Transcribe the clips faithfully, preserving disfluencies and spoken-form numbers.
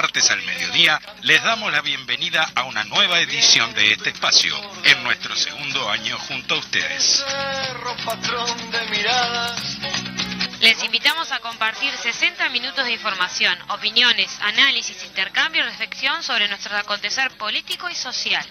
martes al mediodía, les damos la bienvenida a una nueva edición de este espacio, en nuestro segundo año junto a ustedes. Les invitamos a compartir sesenta minutos de información, opiniones, análisis, intercambio y reflexión sobre nuestro acontecer político y social.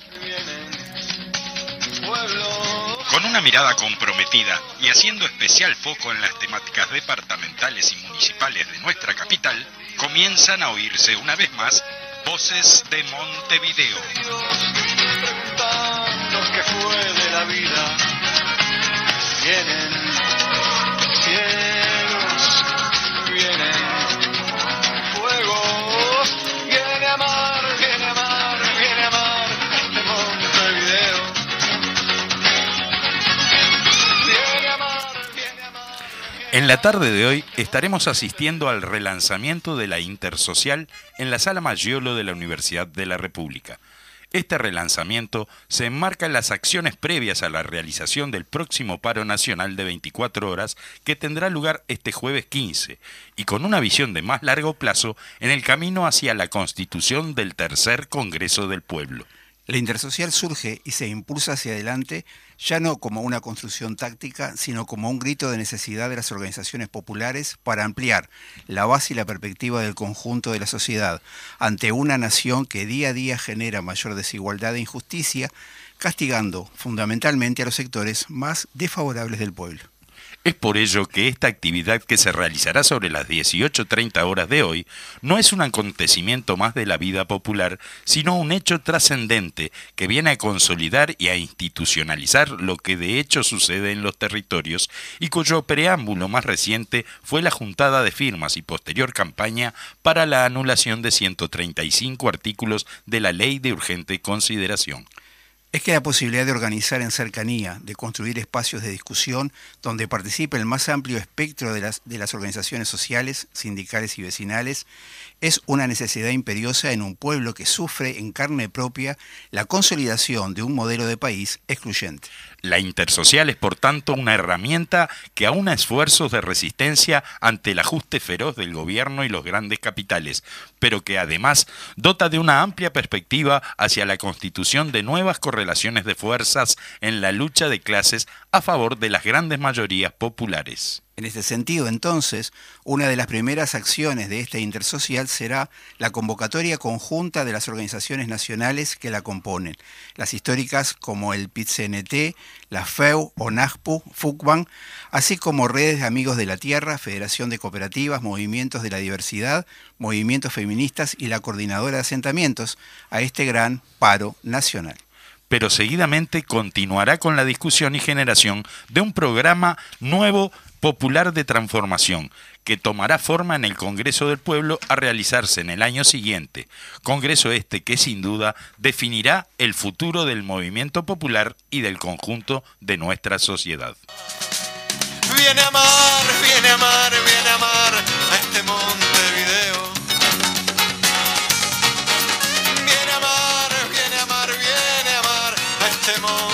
Con una mirada comprometida y haciendo especial foco en las temáticas departamentales y municipales de nuestra capital, comienzan a oírse una vez más Voces de Montevideo. Preguntarnos qué fue de la vida. Vienen cielos, vienen fuegos, viene a mar, viene a mar, viene a mar de Montevideo. Viene a mar, viene a mar. En la tarde de hoy estaremos asistiendo al relanzamiento de la Intersocial en la Sala Maggiolo de la Universidad de la República. Este relanzamiento se enmarca en las acciones previas a la realización del próximo paro nacional de veinticuatro horas que tendrá lugar este jueves quince y con una visión de más largo plazo en el camino hacia la constitución del tercer Congreso del Pueblo. La Intersocial surge y se impulsa hacia adelante ya no como una construcción táctica, sino como un grito de necesidad de las organizaciones populares para ampliar la base y la perspectiva del conjunto de la sociedad ante una nación que día a día genera mayor desigualdad e injusticia, castigando fundamentalmente a los sectores más desfavorables del pueblo. Es por ello que esta actividad, que se realizará sobre las dieciocho treinta horas de hoy, no es un acontecimiento más de la vida popular, sino un hecho trascendente que viene a consolidar y a institucionalizar lo que de hecho sucede en los territorios y cuyo preámbulo más reciente fue la juntada de firmas y posterior campaña para la anulación de ciento treinta y cinco artículos de la Ley de Urgente Consideración. Es que la posibilidad de organizar en cercanía, de construir espacios de discusión donde participe el más amplio espectro de las, de las organizaciones sociales, sindicales y vecinales, es una necesidad imperiosa en un pueblo que sufre en carne propia la consolidación de un modelo de país excluyente. La Intersocial es, por tanto, una herramienta que aúna esfuerzos de resistencia ante el ajuste feroz del gobierno y los grandes capitales, pero que además dota de una amplia perspectiva hacia la constitución de nuevas correlaciones de fuerzas en la lucha de clases a favor de las grandes mayorías populares. En este sentido, entonces, una de las primeras acciones de esta Intersocial será la convocatoria conjunta de las organizaciones nacionales que la componen, las históricas como el P I T C N T, la F E U, ONASPU, FUCBAN, así como redes de Amigos de la Tierra, Federación de Cooperativas, Movimientos de la Diversidad, Movimientos Feministas y la Coordinadora de Asentamientos, a este gran paro nacional. Pero seguidamente continuará con la discusión y generación de un programa nuevo popular de transformación que tomará forma en el Congreso del Pueblo a realizarse en el año siguiente. Congreso este que sin duda definirá el futuro del movimiento popular y del conjunto de nuestra sociedad. Viene a mar, viene a mar, viene a mar a este Montevideo. Viene a mar, viene a mar, viene a mar a este Montevideo.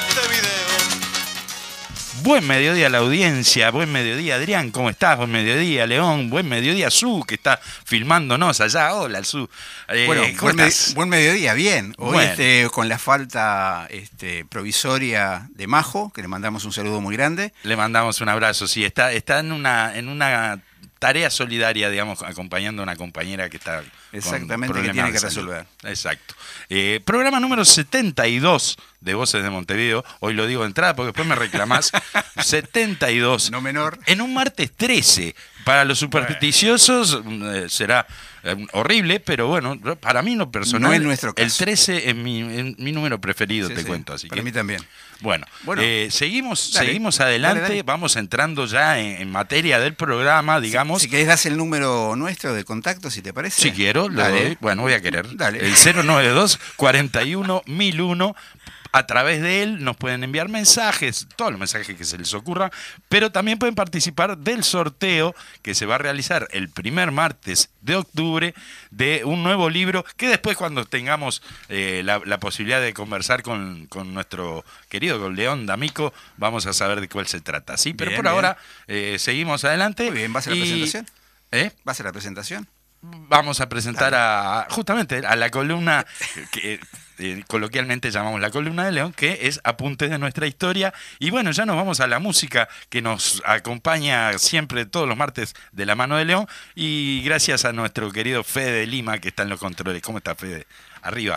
Buen mediodía a la audiencia, buen mediodía Adrián, ¿cómo estás? Buen mediodía León, buen mediodía Su, que está filmándonos allá. Hola Su. Eh, bueno, buen, me, buen mediodía, bien. Hoy bueno. este, con la falta este, provisoria de Majo, que le mandamos un saludo muy grande. Le mandamos un abrazo, sí, está, está en una, en una tarea solidaria, digamos, acompañando a una compañera que está exactamente que tiene que resolver. Exacto. Eh, programa número setenta y dos de Voces de Montevideo. Hoy lo digo de entrada porque después me reclamás. setenta y dos. No menor. En un martes trece. Para los supersticiosos eh, será eh, horrible, pero bueno, para mí no personal. No es nuestro caso. El trece es mi, es mi número preferido, sí, te sí, cuento. Así para que, mí también. Bueno, bueno eh, seguimos, dale, seguimos adelante, dale, dale. Vamos entrando ya en, en materia del programa, digamos. Si, si querés, das el número nuestro de contacto, si te parece. Si quiero, lo doy. Bueno, voy a querer. Dale. El cero nueve dos, cuarenta y uno, mil uno. A través de él nos pueden enviar mensajes, todos los mensajes que se les ocurran, pero también pueden participar del sorteo que se va a realizar el primer martes de octubre de un nuevo libro que después, cuando tengamos eh, la, la posibilidad de conversar con, con nuestro querido con León D'Amico, vamos a saber de cuál se trata. ¿Sí? Pero bien, por bien. ahora eh, seguimos adelante. Muy bien, ¿va a ser y... la presentación? ¿Eh? ¿Va a ser la presentación? vamos a presentar a justamente a la columna que eh, coloquialmente llamamos la columna de León, que es Apuntes de nuestra historia. Y bueno, ya nos vamos a la música que nos acompaña siempre todos los martes de la mano de León. Y gracias a nuestro querido Fede de Lima, que está en los controles. ¿Cómo está, Fede? Arriba.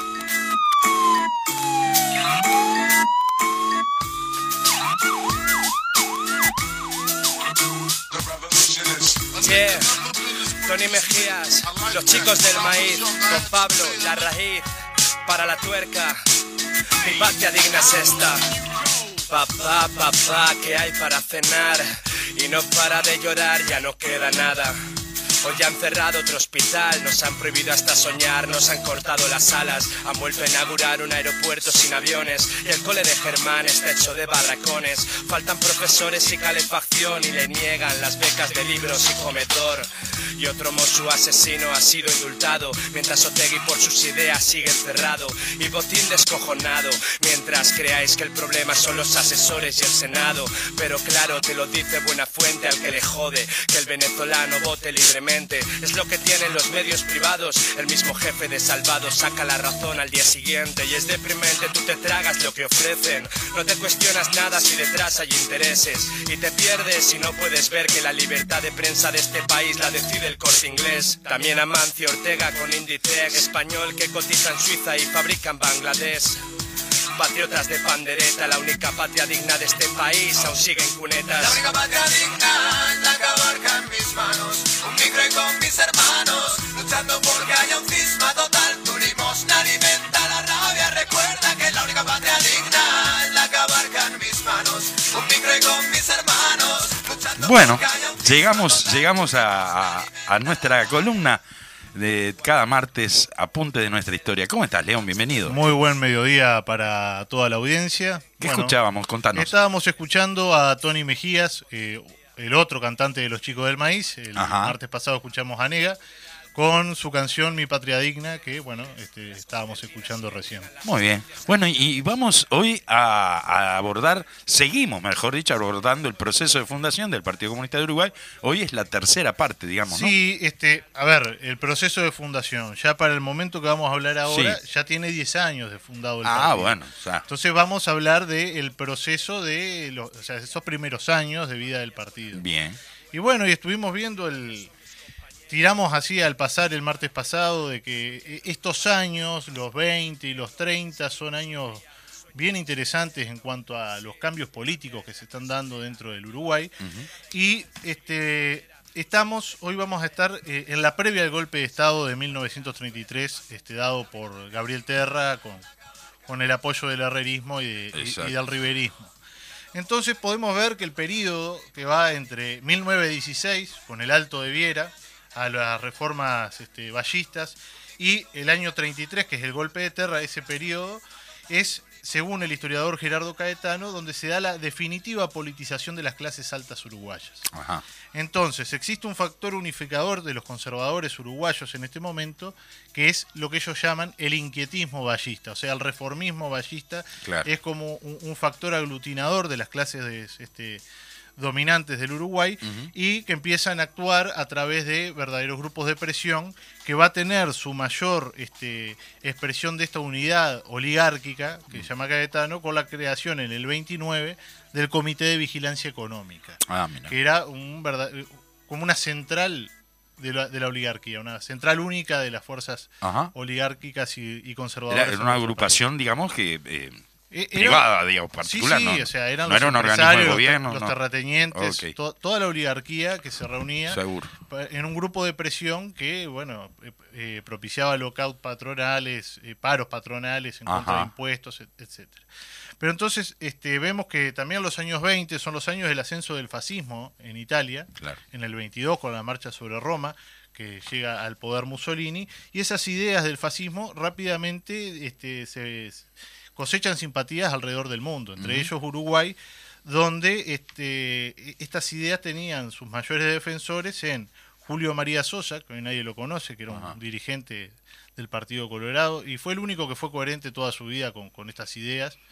Yeah. Tony Mejías, los chicos del maíz, con Pablo, la raíz, para la tuerca, mi patria digna es esta. Papá, papá, ¿qué hay para cenar? Y no para de llorar, ya no queda nada. Hoy han cerrado otro hospital, nos han prohibido hasta soñar, nos han cortado las alas, han vuelto a inaugurar un aeropuerto sin aviones y el cole de Germán está hecho de barracones. Faltan profesores y calefacción y le niegan las becas de libros y comedor. Y otro mozo asesino ha sido indultado, mientras Otegi por sus ideas sigue encerrado y Botín descojonado, mientras creáis que el problema son los asesores y el Senado. Pero claro, te lo dice buena fuente al que le jode que el venezolano vote libremente. Es lo que tienen los medios privados, el mismo jefe de Salvado saca la razón al día siguiente. Y es deprimente, tú te tragas lo que ofrecen, no te cuestionas nada si detrás hay intereses y te pierdes si no puedes ver que la libertad de prensa de este país la decide el Corte Inglés. También Amancio Ortega con Inditex, español que cotiza en Suiza y fabrica en Bangladesh. Patriotas de pandereta, la única patria digna de este país aún sigue en cunetas. La única patria digna es la que abarca en mis manos, un micro y con mis hermanos, luchando porque haya un cisma total. Tu limosna alimenta la rabia, recuerda que la única patria digna es la que abarca en mis manos, un micro y con mis hermanos, luchando Bueno, porque haya un cisma llegamos, total. llegamos a, a, a nuestra columna de cada martes, Apunte de nuestra historia. ¿Cómo estás, León? Bienvenido. Muy buen mediodía para toda la audiencia. ¿Qué Bueno, escuchábamos? Contanos. estábamos escuchando a Tony Mejías, eh, el otro cantante de Los Chicos del Maíz. El Ajá. martes pasado escuchamos a Nega con su canción Mi Patria Digna, que bueno, este, estábamos escuchando recién. Muy bien. Bueno, y, y vamos hoy a, a abordar, seguimos, mejor dicho, abordando el proceso de fundación del Partido Comunista de Uruguay. Hoy es la tercera parte, digamos, ¿no? Sí, este, a ver, el proceso de fundación, ya para el momento que vamos a hablar ahora, Sí. ya tiene diez años de fundado el Ah, partido. bueno. O sea, Entonces vamos a hablar del proceso de los, o sea, esos primeros años de vida del partido. bien. Y bueno, y estuvimos viendo el... Tiramos así al pasar el martes pasado de que estos años, los veinte y los treinta, son años bien interesantes en cuanto a los cambios políticos que se están dando dentro del Uruguay. Uh-huh. Y este estamos, hoy vamos a estar eh, en la previa del golpe de Estado de mil novecientos treinta y tres, este, dado por Gabriel Terra, con, con el apoyo del herrerismo y, de- y- y del riverismo. Entonces podemos ver que el periodo que va entre mil novecientos dieciséis, con el Alto de Viera, a las reformas este, vallistas, y el año treinta y tres, que es el golpe de Terra, ese periodo es, según el historiador Gerardo Caetano, donde se da la definitiva politización de las clases altas uruguayas. Ajá. Entonces, existe un factor unificador de los conservadores uruguayos en este momento, que es lo que ellos llaman el inquietismo vallista, o sea, el reformismo vallista. Claro. Es como un, un factor aglutinador de las clases de, este, dominantes del Uruguay, Uh-huh. y que empiezan a actuar a través de verdaderos grupos de presión, que va a tener su mayor este, expresión de esta unidad oligárquica, que se llama Caetano, con la creación en el veintinueve del Comité de Vigilancia Económica, Ah, mira. que era un verdad, como una central de la, de la oligarquía, una central única de las fuerzas Ajá. oligárquicas y, y conservadoras. Era, era en una nuestro agrupación, digamos, que eh, país. Era- privada, digamos, particular, sí, sí, ¿no? o sea, eran no los era un organismo de empresarios, gobierno, los no. terratenientes, Ok. to- toda la oligarquía que se reunía Seguro. pa- en un grupo de presión que, bueno, eh, eh, propiciaba lockout patronales, eh, paros patronales en contra Ajá. de impuestos, et- etcétera. Pero entonces este, vemos que también los años veinte son los años del ascenso del fascismo en Italia, Claro. en el veintidós con la marcha sobre Roma, que llega al poder Mussolini, y esas ideas del fascismo rápidamente este, se cosechan simpatías alrededor del mundo, entre Ujú. ellos Uruguay, donde este, estas ideas tenían sus mayores defensores en Julio María Sosa, que hoy nadie lo conoce, que era Ajá. un dirigente del Partido Colorado, y fue el único que fue coherente toda su vida con, con estas ideas,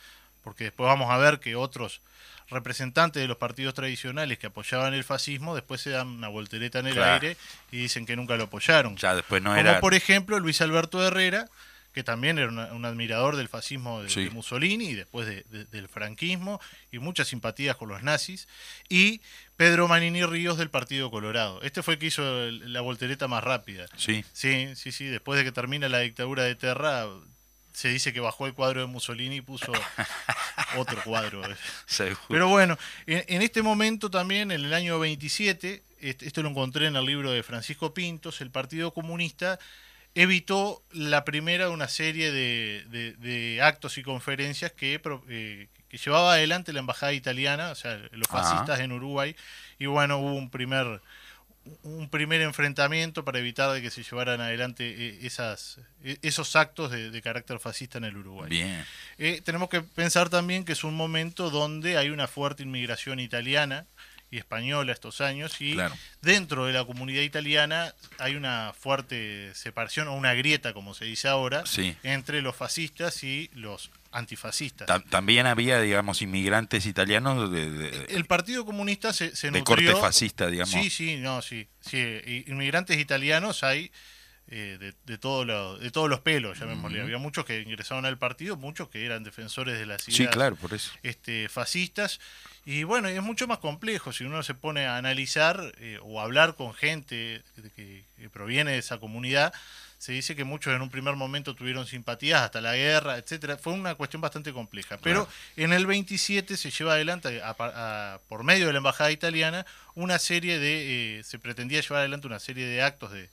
porque después vamos a ver que otros representantes de los partidos tradicionales que apoyaban el fascismo después se dan una voltereta en el Claro. aire y dicen que nunca lo apoyaron. Ya después no Como era... por ejemplo Luis Alberto Herrera, que también era una- un admirador del fascismo de, Sí. de Mussolini y después de- de- del franquismo y muchas simpatías con los nazis, y Pedro Manini Ríos del Partido Colorado. Este fue el que hizo el- la voltereta más rápida. Sí, Sí, sí, sí, después de que termina la dictadura de Terra, se dice que bajó el cuadro de Mussolini y puso otro cuadro. seguro. Pero bueno, en, en este momento también, en el año veintisiete, este- esto lo encontré en el libro de Francisco Pintos, el Partido Comunista evitó la primera de una serie de, de- de actos y conferencias que, pro- eh, que llevaba adelante la embajada italiana, o sea, los Ajá. fascistas en Uruguay, y bueno, hubo un primer un primer enfrentamiento para evitar de que se llevaran adelante eh, esas, eh, esos actos de, de carácter fascista en el Uruguay. Bien, Eh, tenemos que pensar también que es un momento donde hay una fuerte inmigración italiana y española estos años y claro. dentro de la comunidad italiana hay una fuerte separación o una grieta, como se dice ahora, Sí. entre los fascistas y los antifascistas. Ta- también había, digamos, inmigrantes italianos de, de- El Partido Comunista se, se de nutrió... corte fascista, digamos. Sí, sí, no, sí. sí i- inmigrantes italianos hay eh, de, de, todo lo- de todos los pelos, llamémosle. Ujú. Había muchos que ingresaron al partido, muchos que eran defensores de las ideas Sí, claro, por eso. este, fascistas. Y bueno, es mucho más complejo si uno se pone a analizar eh, o hablar con gente que, que proviene de esa comunidad. Se dice que muchos en un primer momento tuvieron simpatías hasta la guerra, etcétera. Fue una cuestión bastante compleja. Pero Claro. en el veintisiete se lleva adelante, a- a- por medio de la embajada italiana, una serie de, eh, se pretendía llevar adelante una serie de actos de,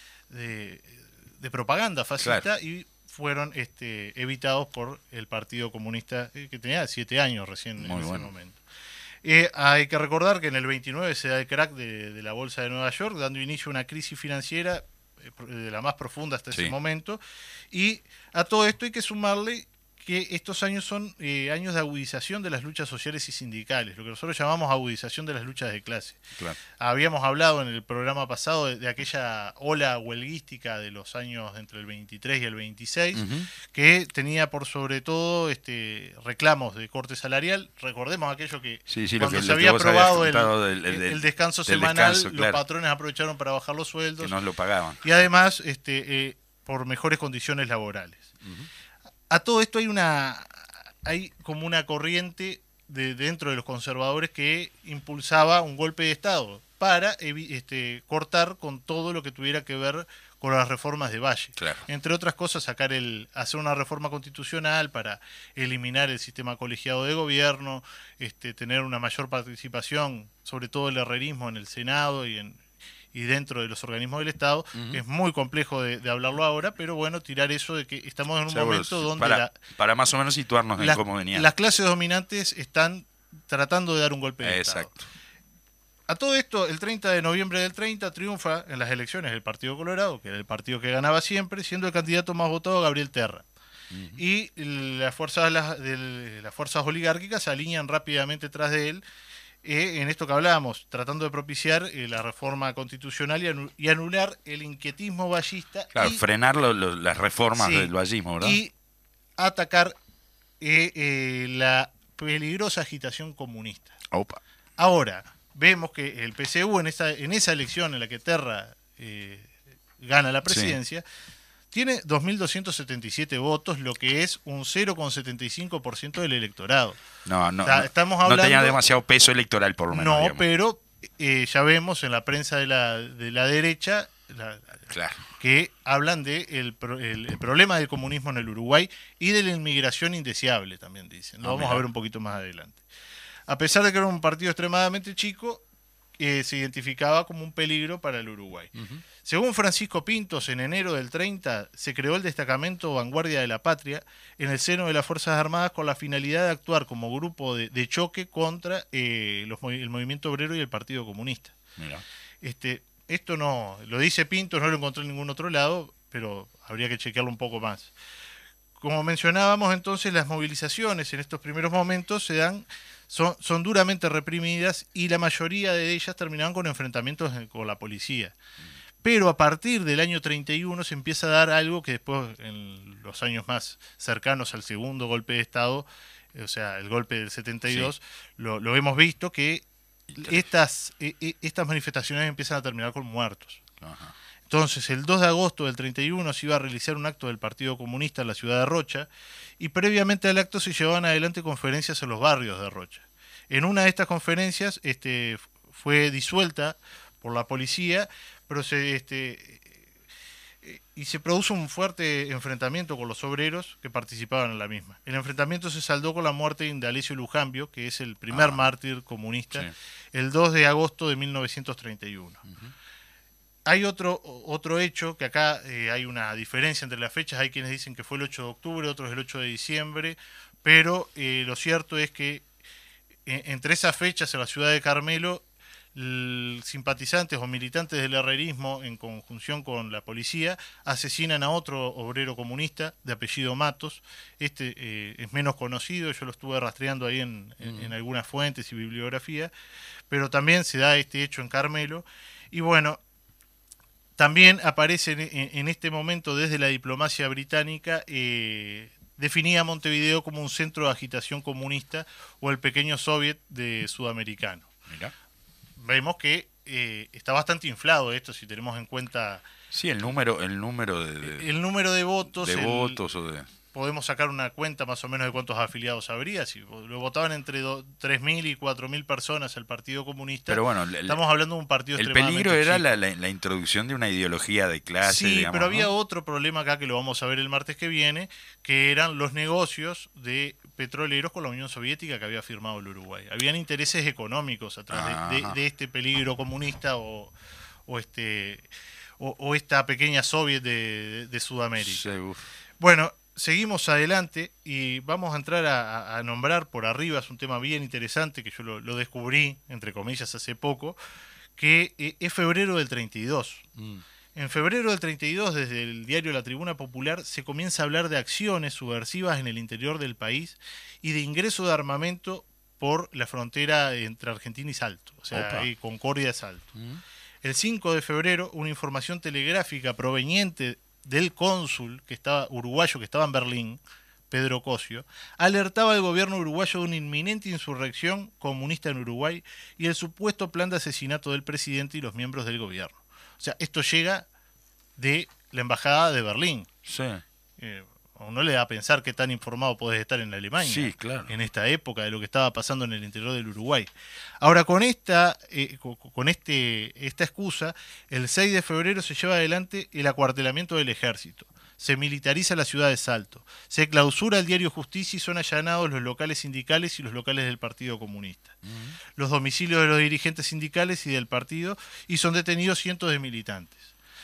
de, de propaganda fascista Claro. y fueron este, evitados por el Partido Comunista, eh, que tenía siete años recién Muy en ese bueno. momento. Eh, hay que recordar que en el veintinueve se da el crack de, de la bolsa de Nueva York, dando inicio a una crisis financiera eh, de la más profunda hasta Sí. ese momento. Y a todo esto hay que sumarle que estos años son eh, años de agudización de las luchas sociales y sindicales, lo que nosotros llamamos agudización de las luchas de clase. Claro. Habíamos hablado en el programa pasado de, de aquella ola huelguística de los años entre el veintitrés y el veintiséis, Ujú. que tenía por sobre todo este reclamos de corte salarial. Recordemos aquello que Sí, sí, lo cuando que- se lo que había vos habías aprobado el, contado del- el- del- el descanso del semanal, descanso, los claro. patrones aprovecharon para bajar los Que sueldos no lo pagaban. y además este, eh, por mejores condiciones laborales. A todo esto hay una hay como una corriente de dentro de los conservadores que impulsaba un golpe de Estado para evi- este, cortar con todo lo que tuviera que ver con las reformas de Valle. Claro. Entre otras cosas, sacar el, hacer una reforma constitucional para eliminar el sistema colegiado de gobierno, este, tener una mayor participación, sobre todo el herrerismo en el Senado y en y dentro de los organismos del Estado. Ujú. Es muy complejo de, de hablarlo ahora, pero bueno, tirar eso de que estamos en un Seguro, momento donde para, la- para más o menos situarnos en las, cómo venía. las clases dominantes están tratando de dar un golpe de Estado. Exacto. A todo esto, el treinta de noviembre del treinta triunfa en las elecciones el Partido Colorado, que era el partido que ganaba siempre, siendo el candidato más votado Gabriel Terra. Y las fuerzas, las, de las fuerzas oligárquicas se alinean rápidamente tras de él, eh, en esto que hablábamos, tratando de propiciar eh, la reforma constitucional y, anu- y anular el inquietismo vallista Claro, y, frenar lo- lo- las reformas Sí. del vallismo, ¿verdad? y atacar eh, eh, la peligrosa agitación comunista. Opa. Ahora, vemos que el P C U en esa, en esa elección en la que Terra eh, gana la presidencia, tiene dos mil doscientos setenta y siete votos, lo que es un cero coma setenta y cinco por ciento del electorado. No, no, O sea, no, estamos no hablando- tenía demasiado peso electoral, por lo menos. No, digamos. pero eh, ya vemos en la prensa de la, de la derecha la- Claro. que hablan de el, pro- el- el problema del comunismo en el Uruguay y de la inmigración indeseable, también dicen. Lo Ah, vamos mirá. a ver un poquito más adelante. A pesar de que era un partido extremadamente chico, eh, se identificaba como un peligro para el Uruguay. Según Francisco Pintos, en enero del treinta se creó el destacamento Vanguardia de la Patria en el seno de las Fuerzas Armadas con la finalidad de actuar como grupo de, de choque contra eh, los movi- el movimiento obrero y el Partido Comunista. Mira. Este, esto no, lo dice Pintos, no lo encontré en ningún otro lado, pero habría que chequearlo un poco más. Como mencionábamos entonces, las movilizaciones en estos primeros momentos se dan, son, son duramente reprimidas y la mayoría de ellas terminaban con enfrentamientos con la policía. Pero a partir del año treinta y uno se empieza a dar algo que después, en los años más cercanos al segundo golpe de Estado, o sea, el golpe del setenta y dos, sí. lo, lo hemos visto que estas, eh, estas manifestaciones empiezan a terminar con muertos. Ajá. Entonces, el dos de agosto del treinta y uno se iba a realizar un acto del Partido Comunista en la ciudad de Rocha, y previamente al acto se llevaban adelante conferencias en los barrios de Rocha. En una de estas conferencias este, fue disuelta por la policía, pero se, este, y se produjo un fuerte enfrentamiento con los obreros que participaban en la misma. El enfrentamiento se saldó con la muerte de Indalecio Lujambio, que es el primer ah, mártir comunista, sí. el dos de agosto de mil novecientos treinta y uno. Uh-huh. Hay otro, otro hecho, que acá eh, hay una diferencia entre las fechas, hay quienes dicen que fue el ocho de octubre, otros el ocho de diciembre, pero eh, lo cierto es que eh, entre esas fechas en la ciudad de Carmelo, l- simpatizantes o militantes del herrerismo en conjunción con la policía asesinan a otro obrero comunista de apellido Matos. Este eh, es menos conocido, yo lo estuve rastreando ahí en, en, mm. en algunas fuentes y bibliografía, pero también se da este hecho en Carmelo, y bueno, también aparece en, en este momento desde la diplomacia británica, eh, definía a Montevideo como un centro de agitación comunista o el pequeño soviet de sudamericano. Mirá. Vemos que eh, está bastante inflado esto si tenemos en cuenta... Sí, el número, el número de, de el número de votos. De el, votos o de... Podemos sacar una cuenta más o menos de cuántos afiliados habría. Si lo votaban entre tres mil y cuatro mil personas el Partido Comunista. Pero bueno, estamos el, hablando de un partido el extremadamente peligro era chico. la, la, la introducción de una ideología de clase. Sí, digamos, pero ¿no? había otro problema acá que lo vamos a ver el martes que viene, que eran los negocios de petroleros con la Unión Soviética que había firmado el Uruguay. Habían intereses económicos atrás de, de, de este peligro comunista o, o este o, o esta pequeña soviet de, de Sudamérica. Sí, bueno, seguimos adelante y vamos a entrar a, a nombrar por arriba, es un tema bien interesante que yo lo, lo descubrí, entre comillas, hace poco, que eh, es febrero del treinta y dos. Mm. En febrero del treinta y dos, desde el diario La Tribuna Popular, se comienza a hablar de acciones subversivas en el interior del país y de ingreso de armamento por la frontera entre Argentina y Salto, o sea, ahí, Concordia y Salto. Mm. El cinco de febrero, una información telegráfica proveniente del cónsul que estaba uruguayo que estaba en Berlín, Pedro Cosio, alertaba al gobierno uruguayo de una inminente insurrección comunista en Uruguay y el supuesto plan de asesinato del presidente y los miembros del gobierno. O sea, esto llega de la embajada de Berlín. Sí. Eh, a uno le da a pensar qué tan informado podés estar en Alemania. Sí, claro. En esta época de lo que estaba pasando en el interior del Uruguay. Ahora, con esta, eh, con este, esta excusa, el seis de febrero se lleva adelante el acuartelamiento del ejército. Se militariza la ciudad de Salto. Se clausura el diario Justicia y son allanados los locales sindicales y los locales del Partido Comunista. Uh-huh. Los domicilios de los dirigentes sindicales y del partido, y son detenidos cientos de militantes.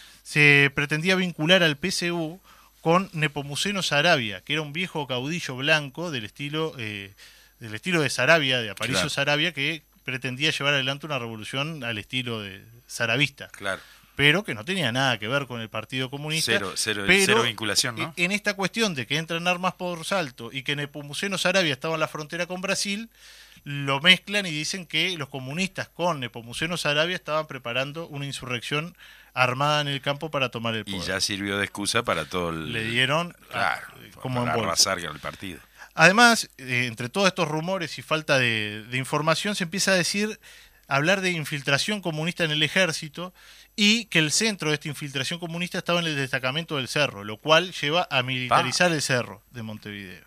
Se pretendía vincular al P C U con Nepomuceno Saravia, que era un viejo caudillo blanco del estilo, eh, del estilo de Saravia, de Aparicio claro. Saravia, que pretendía llevar adelante una revolución al estilo de saravista. Claro. Pero que no tenía nada que ver con el Partido Comunista. Cero, cero, pero cero vinculación, ¿no? En esta cuestión de que entran armas por Salto y que Nepomuceno Saravia estaba en la frontera con Brasil, lo mezclan y dicen que los comunistas con Nepomuceno Saravia estaban preparando una insurrección armada en el campo para tomar el poder. Y ya sirvió de excusa para todo el... Le dieron claro, a, como para en arrasar el partido. Además, eh, entre todos estos rumores y falta de, de información, se empieza a decir, hablar de infiltración comunista en el ejército y que el centro de esta infiltración comunista estaba en el destacamento del Cerro, lo cual lleva a militarizar pa. el Cerro de Montevideo.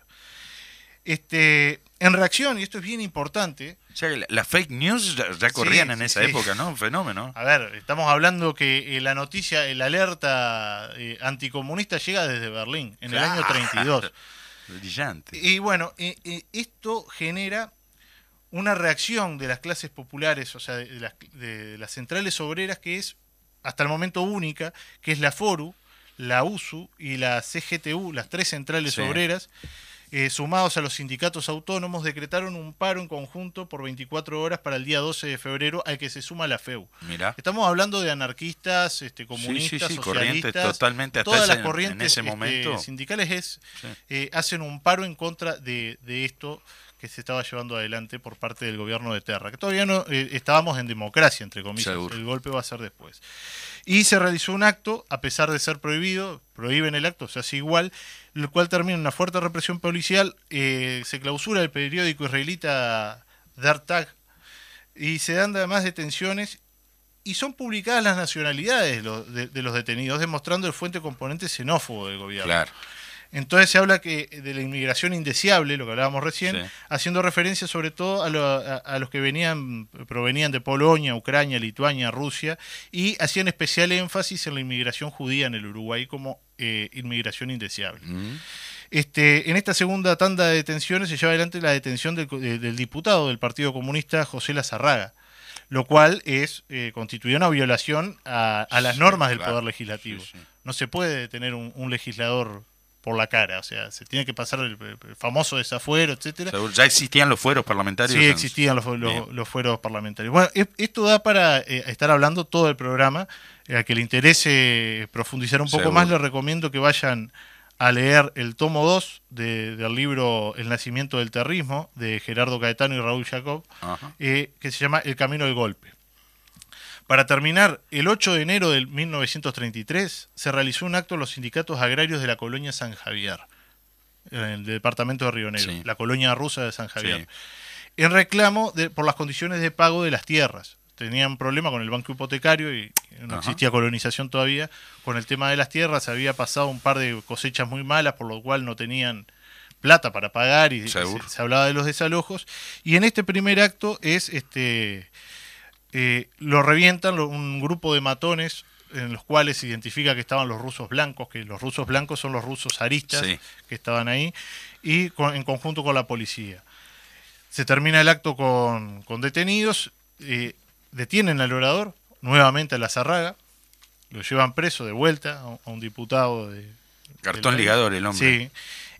Este, en reacción, y esto es bien importante... O sea, las fake news ya, ya corrían sí, en esa sí. época, ¿no? Un fenómeno. A ver, estamos hablando que eh, la noticia, el alerta eh, anticomunista llega desde Berlín, en claro. el año treinta y dos. Brillante. Y bueno, eh, eh, esto genera una reacción de las clases populares, o sea, de, de, las, de las centrales obreras, que es hasta el momento única, que es la FORU, la U S U y la C G T U, las tres centrales sí. obreras, eh, sumados a los sindicatos autónomos, decretaron un paro en conjunto por veinticuatro horas para el día doce de febrero, al que se suma la F E U. Mirá. Estamos hablando de anarquistas, este, comunistas, sí, sí, sí, socialistas, totalmente hasta todas ese, las corrientes en ese momento. Este, sindicales es, sí. eh, hacen un paro en contra de, de esto que se estaba llevando adelante por parte del gobierno de Terra, que todavía no eh, estábamos en democracia, entre comillas. Seguro. El golpe va a ser después. Y se realizó un acto, a pesar de ser prohibido, prohíben el acto, se hace igual, el cual termina en una fuerte represión policial, eh, se clausura el periódico israelita Der Tag, y se dan además detenciones, y son publicadas las nacionalidades de los, de, de los detenidos, demostrando el fuerte componente xenófobo del gobierno. Claro. Entonces se habla que de la inmigración indeseable, lo que hablábamos recién, Sí. haciendo referencia sobre todo a, lo- a- a los que venían provenían de Polonia, Ucrania, Lituania, Rusia, y hacían especial énfasis en la inmigración judía en el Uruguay como eh, inmigración indeseable. Mm. Este, en esta segunda tanda de detenciones se lleva adelante la detención del, co- de- del diputado del Partido Comunista, José Lazarraga, lo cual es eh, constituye una violación a, a las Sí, normas del claro. Poder Legislativo. Sí, sí. No se puede detener un, un legislador por la cara, o sea, se tiene que pasar el, el famoso desafuero, etcétera. Seguro. ¿Ya existían los fueros parlamentarios? Sí, en- existían los, los, Bien. los fueros parlamentarios. Bueno, e- esto da para eh, estar hablando todo el programa. Eh, a que le interese profundizar un poco Seguro. más, les recomiendo que vayan a leer el tomo dos de- del libro El nacimiento del terrorismo, de Gerardo Caetano y Raúl Jacob, Ajá. eh, que se llama El camino del golpe. Para terminar, el ocho de enero de mil novecientos treinta y tres se realizó un acto en los sindicatos agrarios de la colonia San Javier, en el departamento de Río Negro, Sí. la colonia rusa de San Javier, Sí. en reclamo de, por las condiciones de pago de las tierras. Tenían problema con el banco hipotecario y no Ajá. existía colonización todavía. Con el tema de las tierras había pasado un par de cosechas muy malas, por lo cual no tenían plata para pagar y se, Seguro. se hablaba de los desalojos. Y en este primer acto es este eh, lo revientan lo- un grupo de matones en los cuales se identifica que estaban los rusos blancos, que los rusos blancos son los rusos zaristas Sí. que estaban ahí, y con- en conjunto con la policía. Se termina el acto con, con detenidos, eh, detienen al orador, nuevamente a Lazarraga, lo llevan preso de vuelta a un, a un diputado de... Cartón del- ligador el hombre. Sí,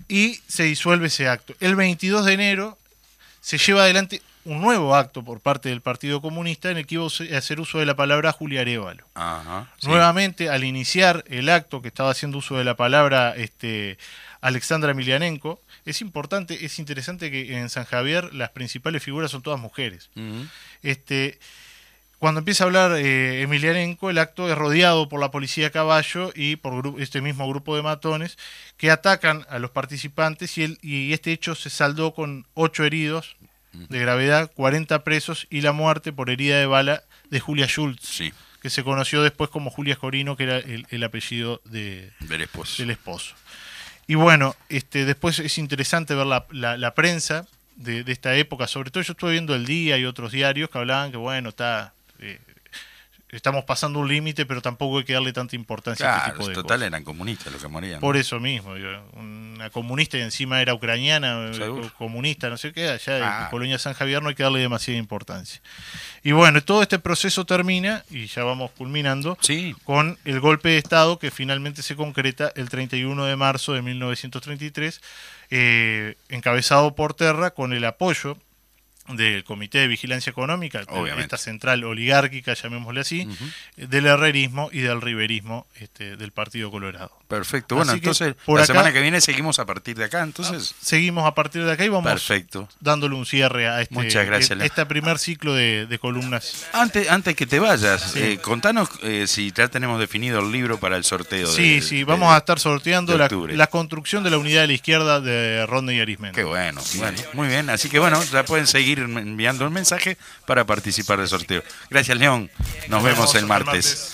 y se disuelve ese acto. El veintidós de enero se lleva adelante un nuevo acto por parte del Partido Comunista en el que iba a hacer uso de la palabra Julia Arévalo. Ajá. Sí. Nuevamente, al iniciar el acto que estaba haciendo uso de la palabra este, Alexandra Emelianenko, es importante, es interesante que en San Javier las principales figuras son todas mujeres. Ujú. Este, cuando empieza a hablar eh, Emelianenko, el acto es rodeado por la policía a caballo y por gru- este mismo grupo de matones que atacan a los participantes y, el, y este hecho se saldó con ocho heridos de gravedad, cuarenta presos y la muerte por herida de bala de Julia Schultz, Sí, que se conoció después como Julia Escorino, que era el, el apellido de, del esposo. del esposo. Y bueno, este, después es interesante ver la, la, la prensa de, de esta época, sobre todo yo estuve viendo El Día y otros diarios que hablaban que bueno, está eh, estamos pasando un límite, pero tampoco hay que darle tanta importancia a este Claro, tipo de total cosas. eran comunistas los que morían. Por eso mismo, digo, una comunista y encima era ucraniana, Seguro. eh, comunista, no sé qué, allá Ah. en Colonia San Javier no hay que darle demasiada importancia. Y bueno, todo este proceso termina, y ya vamos culminando, Sí, con el golpe de Estado que finalmente se concreta el treinta y uno de marzo de mil novecientos treinta y tres, eh, encabezado por Terra con el apoyo del Comité de Vigilancia Económica, de Obviamente. esta central oligárquica, llamémosle así, del herrerismo y del riverismo este, del Partido Colorado. perfecto. Bueno, Así que entonces por la acá- semana que viene seguimos a partir de acá, entonces. Seguimos a partir de acá y vamos Perfecto. dándole un cierre a este, Muchas gracias, e- Leo. este primer ciclo de, de columnas. Antes, antes que te vayas, Sí. eh, contanos eh, si ya tenemos definido el libro para el sorteo. Sí, de- sí, de- vamos a estar sorteando de la, octubre. la construcción de la unidad de la izquierda de Rodney Arismendi. Qué bueno, bueno, muy bien. Así que bueno, ya pueden seguir enviando el mensaje para participar del sorteo. Gracias, León. Nos vemos el martes.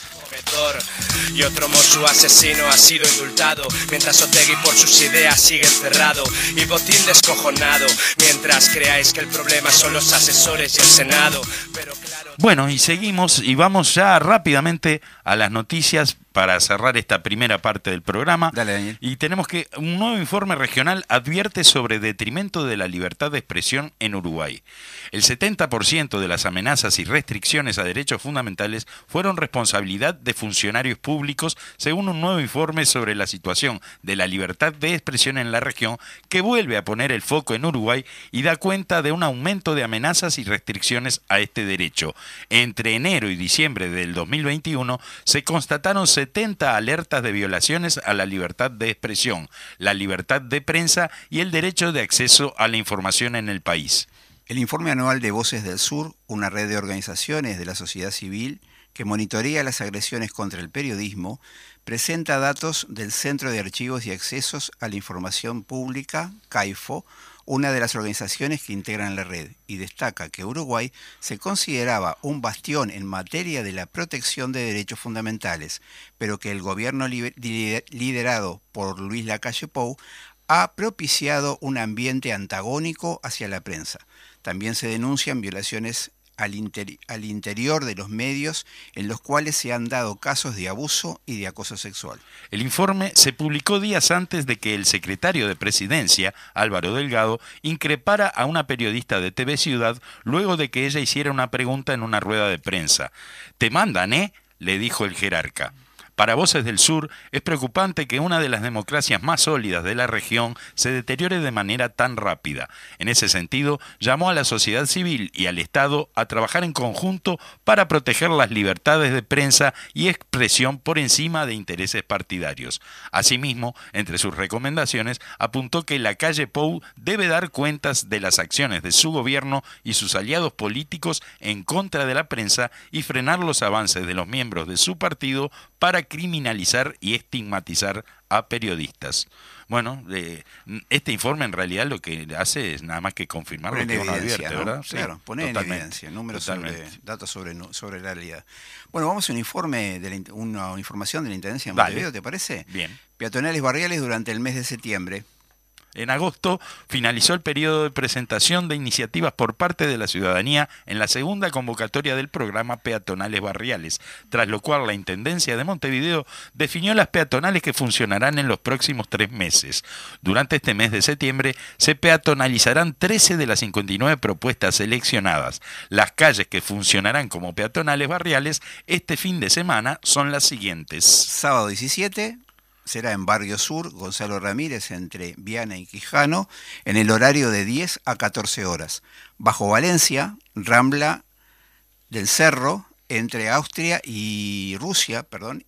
Y otro Mosu asesino ha sido indultado, mientras Otegui por sus ideas sigue encerrado y Botín descojonado, mientras creáis que el problema son los asesores y el Senado. Pero claro... Bueno, y seguimos y vamos ya rápidamente a las noticias para cerrar esta primera parte del programa. Dale, Daniel. Y tenemos que un nuevo informe regional advierte sobre detrimento de la libertad de expresión en Uruguay. El setenta por ciento de las amenazas y restricciones a derechos fundamentales fueron responsabilidad de funcionarios públicos, según un nuevo informe sobre la situación de la libertad de expresión en la región, que vuelve a poner el foco en Uruguay y da cuenta de un aumento de amenazas y restricciones a este derecho. Entre enero y diciembre del dos mil veintiuno se constataron setenta alertas de violaciones a la libertad de expresión, la libertad de prensa y el derecho de acceso a la información en el país. El informe anual de Voces del Sur, una red de organizaciones de la sociedad civil que monitorea las agresiones contra el periodismo, presenta datos del Centro de Archivos y Accesos a la Información Pública, CAIFO, una de las organizaciones que integran la red, y destaca que Uruguay se consideraba un bastión en materia de la protección de derechos fundamentales, pero que el gobierno liderado por Luis Lacalle Pou ha propiciado un ambiente antagónico hacia la prensa. También se denuncian violaciones al, inter al interior de los medios en los cuales se han dado casos de abuso y de acoso sexual. El informe se publicó días antes de que el secretario de Presidencia, Álvaro Delgado, increpara a una periodista de T V Ciudad luego de que ella hiciera una pregunta en una rueda de prensa. «Te mandan, ¿eh?», le dijo el jerarca. Para Voces del Sur, es preocupante que una de las democracias más sólidas de la región se deteriore de manera tan rápida. En ese sentido, llamó a la sociedad civil y al Estado a trabajar en conjunto para proteger las libertades de prensa y expresión por encima de intereses partidarios. Asimismo, entre sus recomendaciones, apuntó que Lacalle Pou debe dar cuentas de las acciones de su gobierno y sus aliados políticos en contra de la prensa y frenar los avances de los miembros de su partido para criminalizar y estigmatizar a periodistas. Bueno, eh, este informe en realidad lo que hace es nada más que confirmar lo que uno advierte, ¿no? ¿verdad? Claro, sí, poner en evidencia, números sobre, datos sobre, sobre la realidad. Bueno, vamos a un informe, de la, una información de la Intendencia de Montevideo, ¿te parece? Bien. Peatonales barriales durante el mes de septiembre. En agosto finalizó el periodo de presentación de iniciativas por parte de la ciudadanía en la segunda convocatoria del programa Peatonales Barriales, tras lo cual la Intendencia de Montevideo definió las peatonales que funcionarán en los próximos tres meses. Durante este mes de septiembre se peatonalizarán trece de las cincuenta y nueve propuestas seleccionadas. Las calles que funcionarán como peatonales barriales este fin de semana son las siguientes. Sábado diecisiete... será en Barrio Sur, Gonzalo Ramírez, entre Viana y Quijano, en el horario de diez a catorce horas. Bajo Valencia, Rambla del Cerro, entre Austria y Rusia, perdón,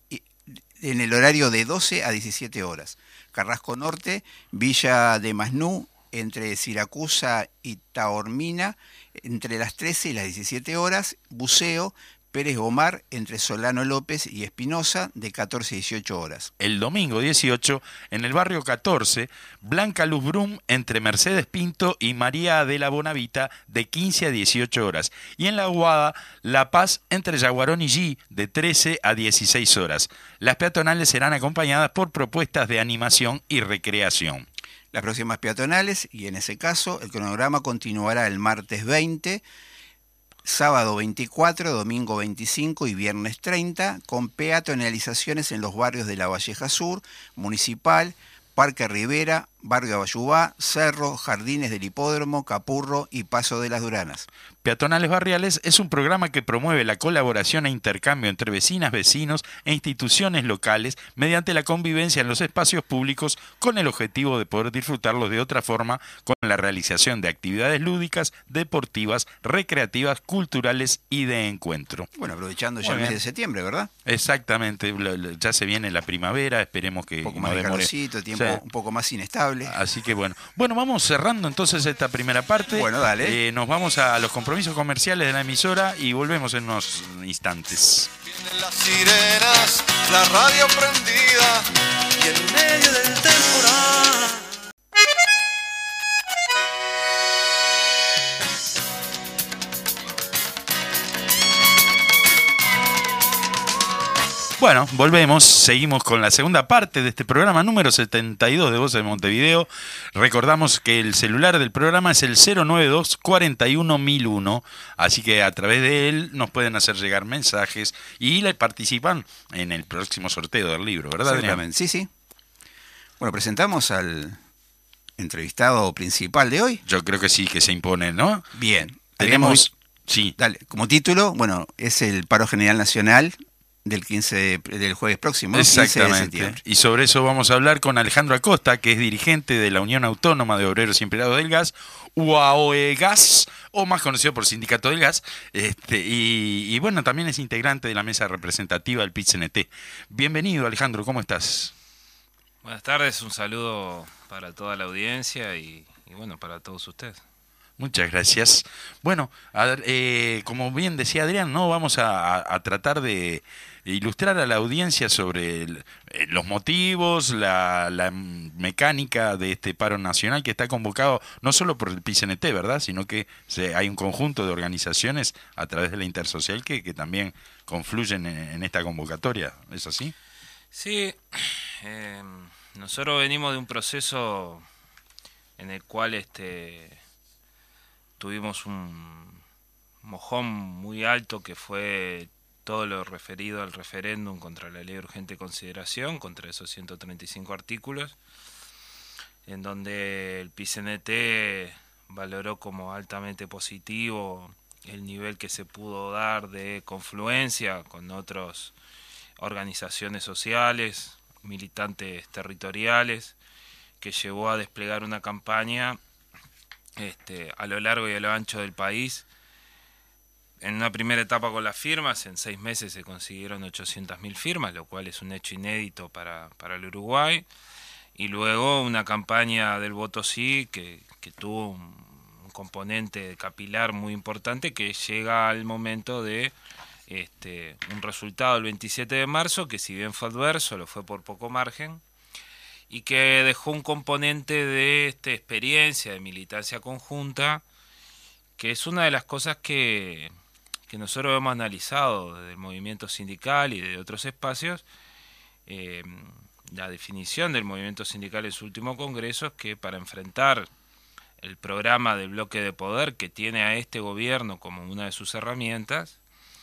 en el horario de doce a diecisiete horas. Carrasco Norte, Villa de Masnú, entre Siracusa y Taormina, entre las trece y las diecisiete horas. Buceo, Pérez Omar, entre Solano López y Espinosa, de catorce a dieciocho horas. El domingo dieciocho, en el barrio catorce, Blanca Luz Brum, entre Mercedes Pinto y María Adela Bonavita, de quince a dieciocho horas. Y en La Aguada, La Paz, entre Yaguarón y G, de trece a dieciséis horas. Las peatonales serán acompañadas por propuestas de animación y recreación. Las próximas peatonales, y en ese caso, el cronograma continuará el martes veinte, sábado veinticuatro, domingo veinticinco y viernes treinta, con peatonalizaciones en los barrios de La Valleja Sur, Municipal, Parque Rivera, Barrio Abayubá, Cerro, Jardines del Hipódromo, Capurro y Paso de las Duranas. Peatonales Barriales es un programa que promueve la colaboración e intercambio entre vecinas, vecinos e instituciones locales mediante la convivencia en los espacios públicos con el objetivo de poder disfrutarlos de otra forma con la realización de actividades lúdicas, deportivas, recreativas, culturales y de encuentro. Bueno, aprovechando ya el mes de septiembre, ¿verdad? Exactamente, ya se viene la primavera, esperemos que un poco no más de demore. calorcito, tiempo Sí. un poco más inestable. Así que bueno. Bueno, vamos cerrando entonces esta primera parte. Bueno, dale. Eh, nos vamos a los compromisos comerciales de la emisora y volvemos en unos instantes. Vienen las sirenas, la radio prendida y en medio del temporal. Bueno, volvemos, seguimos con la segunda parte de este programa número setenta y dos de Voces de Montevideo. Recordamos que el celular del programa es el cero nueve dos, cuarenta y uno mil uno, así que a través de él nos pueden hacer llegar mensajes y le participan en el próximo sorteo del libro, ¿verdad, Adrián? Sí, sí. Bueno, presentamos al entrevistado principal de hoy. Yo creo que sí, que se impone, ¿no? Bien. Tenemos, sí. Dale, como título, bueno, es el paro general nacional del quince de, del jueves próximo, ¿no? quince de Exactamente. septiembre. Y sobre eso vamos a hablar con Alejandro Acosta, que es dirigente de la Unión Autónoma de Obreros y Empleados del Gas, U A O E Gas, o más conocido por Sindicato del Gas, este, y, y bueno, también es integrante de la mesa representativa del P I T C N T. Bienvenido, Alejandro, ¿cómo estás? Buenas tardes, un saludo para toda la audiencia y, y bueno, para todos ustedes. Muchas gracias. Bueno, a ver, eh, como bien decía Adrián, no vamos a, a, a tratar de ilustrar a la audiencia sobre el, eh, los motivos, la, la mecánica de este paro nacional que está convocado no solo por el P I C N T, ¿verdad? Sino que se, hay un conjunto de organizaciones a través de la Intersocial que, que también confluyen en, en esta convocatoria. ¿Es así? Sí, eh, nosotros venimos de un proceso en el cual este tuvimos un mojón muy alto que fue todo lo referido al referéndum contra la ley de urgente consideración, contra esos ciento treinta y cinco artículos, en donde el P I C N T valoró como altamente positivo el nivel que se pudo dar de confluencia con otras organizaciones sociales, militantes territoriales, que llevó a desplegar una campaña Este, a lo largo y a lo ancho del país. En una primera etapa con las firmas, en seis meses se consiguieron ochocientas mil firmas, lo cual es un hecho inédito para, para el Uruguay. Y luego una campaña del voto sí, que, que tuvo un, un componente capilar muy importante, que llega al momento de este, un resultado el veintisiete de marzo, que si bien fue adverso, lo fue por poco margen, y que dejó un componente de este, experiencia, de militancia conjunta, que es una de las cosas que, que nosotros hemos analizado desde el movimiento sindical y de otros espacios. Eh, la definición del movimiento sindical en su último congreso es que para enfrentar el programa del bloque de poder que tiene a este gobierno como una de sus herramientas,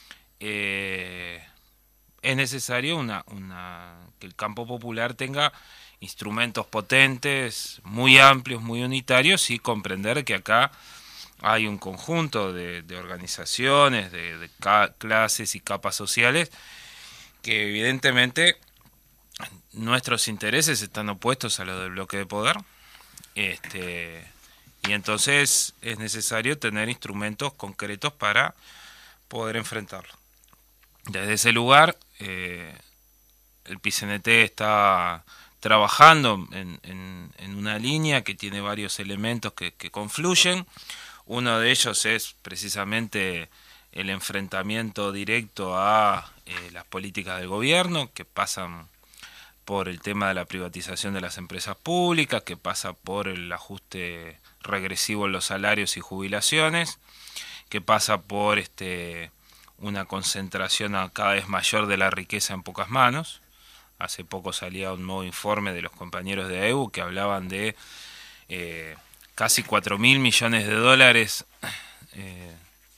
eh, es necesario una, una, que el campo popular tenga instrumentos potentes, muy amplios, muy unitarios, y comprender que acá hay un conjunto de, de organizaciones, de, de ca clases y capas sociales que evidentemente nuestros intereses están opuestos a los del bloque de poder, este, y entonces es necesario tener instrumentos concretos para poder enfrentarlo. Desde ese lugar, eh, el P I C N T está trabajando en, en, en una línea que tiene varios elementos que, que confluyen. Uno de ellos es precisamente el enfrentamiento directo a eh, las políticas del gobierno, que pasan por el tema de la privatización de las empresas públicas, que pasa por el ajuste regresivo en los salarios y jubilaciones, que pasa por este, una concentración a cada vez mayor de la riqueza en pocas manos. Hace poco salía un nuevo informe de los compañeros de A E U que hablaban de eh, casi cuatro mil millones de dólares eh,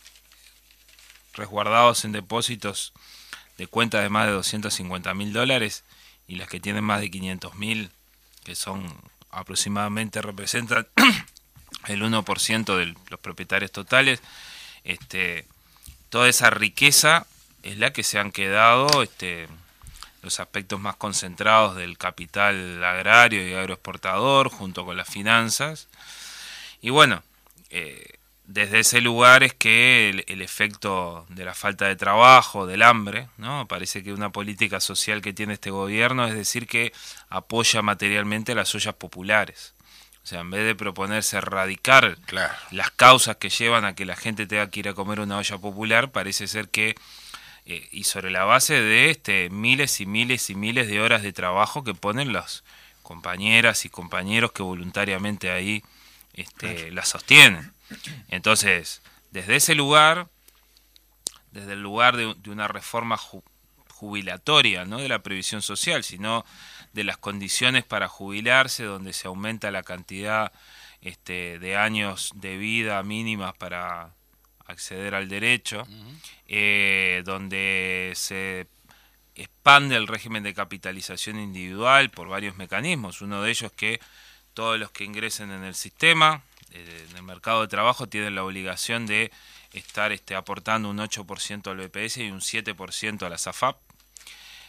resguardados en depósitos de cuentas de más de doscientos cincuenta mil dólares, y las que tienen más de quinientos mil, que son aproximadamente, representan el uno por ciento de los propietarios totales. Este, toda esa riqueza es la que se han quedado este, los aspectos más concentrados del capital agrario y agroexportador, junto con las finanzas. Y bueno, eh, desde ese lugar es que el, el efecto de la falta de trabajo, del hambre, ¿no? Parece que una política social que tiene este gobierno es decir que apoya materialmente las ollas populares. O sea, en vez de proponerse erradicar Claro. las causas que llevan a que la gente tenga que ir a comer una olla popular, parece ser que, eh, y sobre la base de este miles y miles y miles de horas de trabajo que ponen las compañeras y compañeros que voluntariamente ahí este, claro. la sostienen. Entonces, desde ese lugar, desde el lugar de, de una reforma ju, jubilatoria, no de la previsión social, sino de las condiciones para jubilarse, donde se aumenta la cantidad este, de años de vida mínimas para acceder al derecho, uh-huh. eh, donde se expande el régimen de capitalización individual por varios mecanismos. Uno de ellos es que todos los que ingresen en el sistema, eh, en el mercado de trabajo, tienen la obligación de estar este, aportando un ocho por ciento al B P S y un siete por ciento a la SAFAP.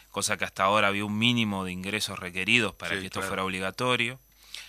cosa que hasta ahora había un mínimo de ingresos requeridos para Sí, que esto claro. fuera obligatorio.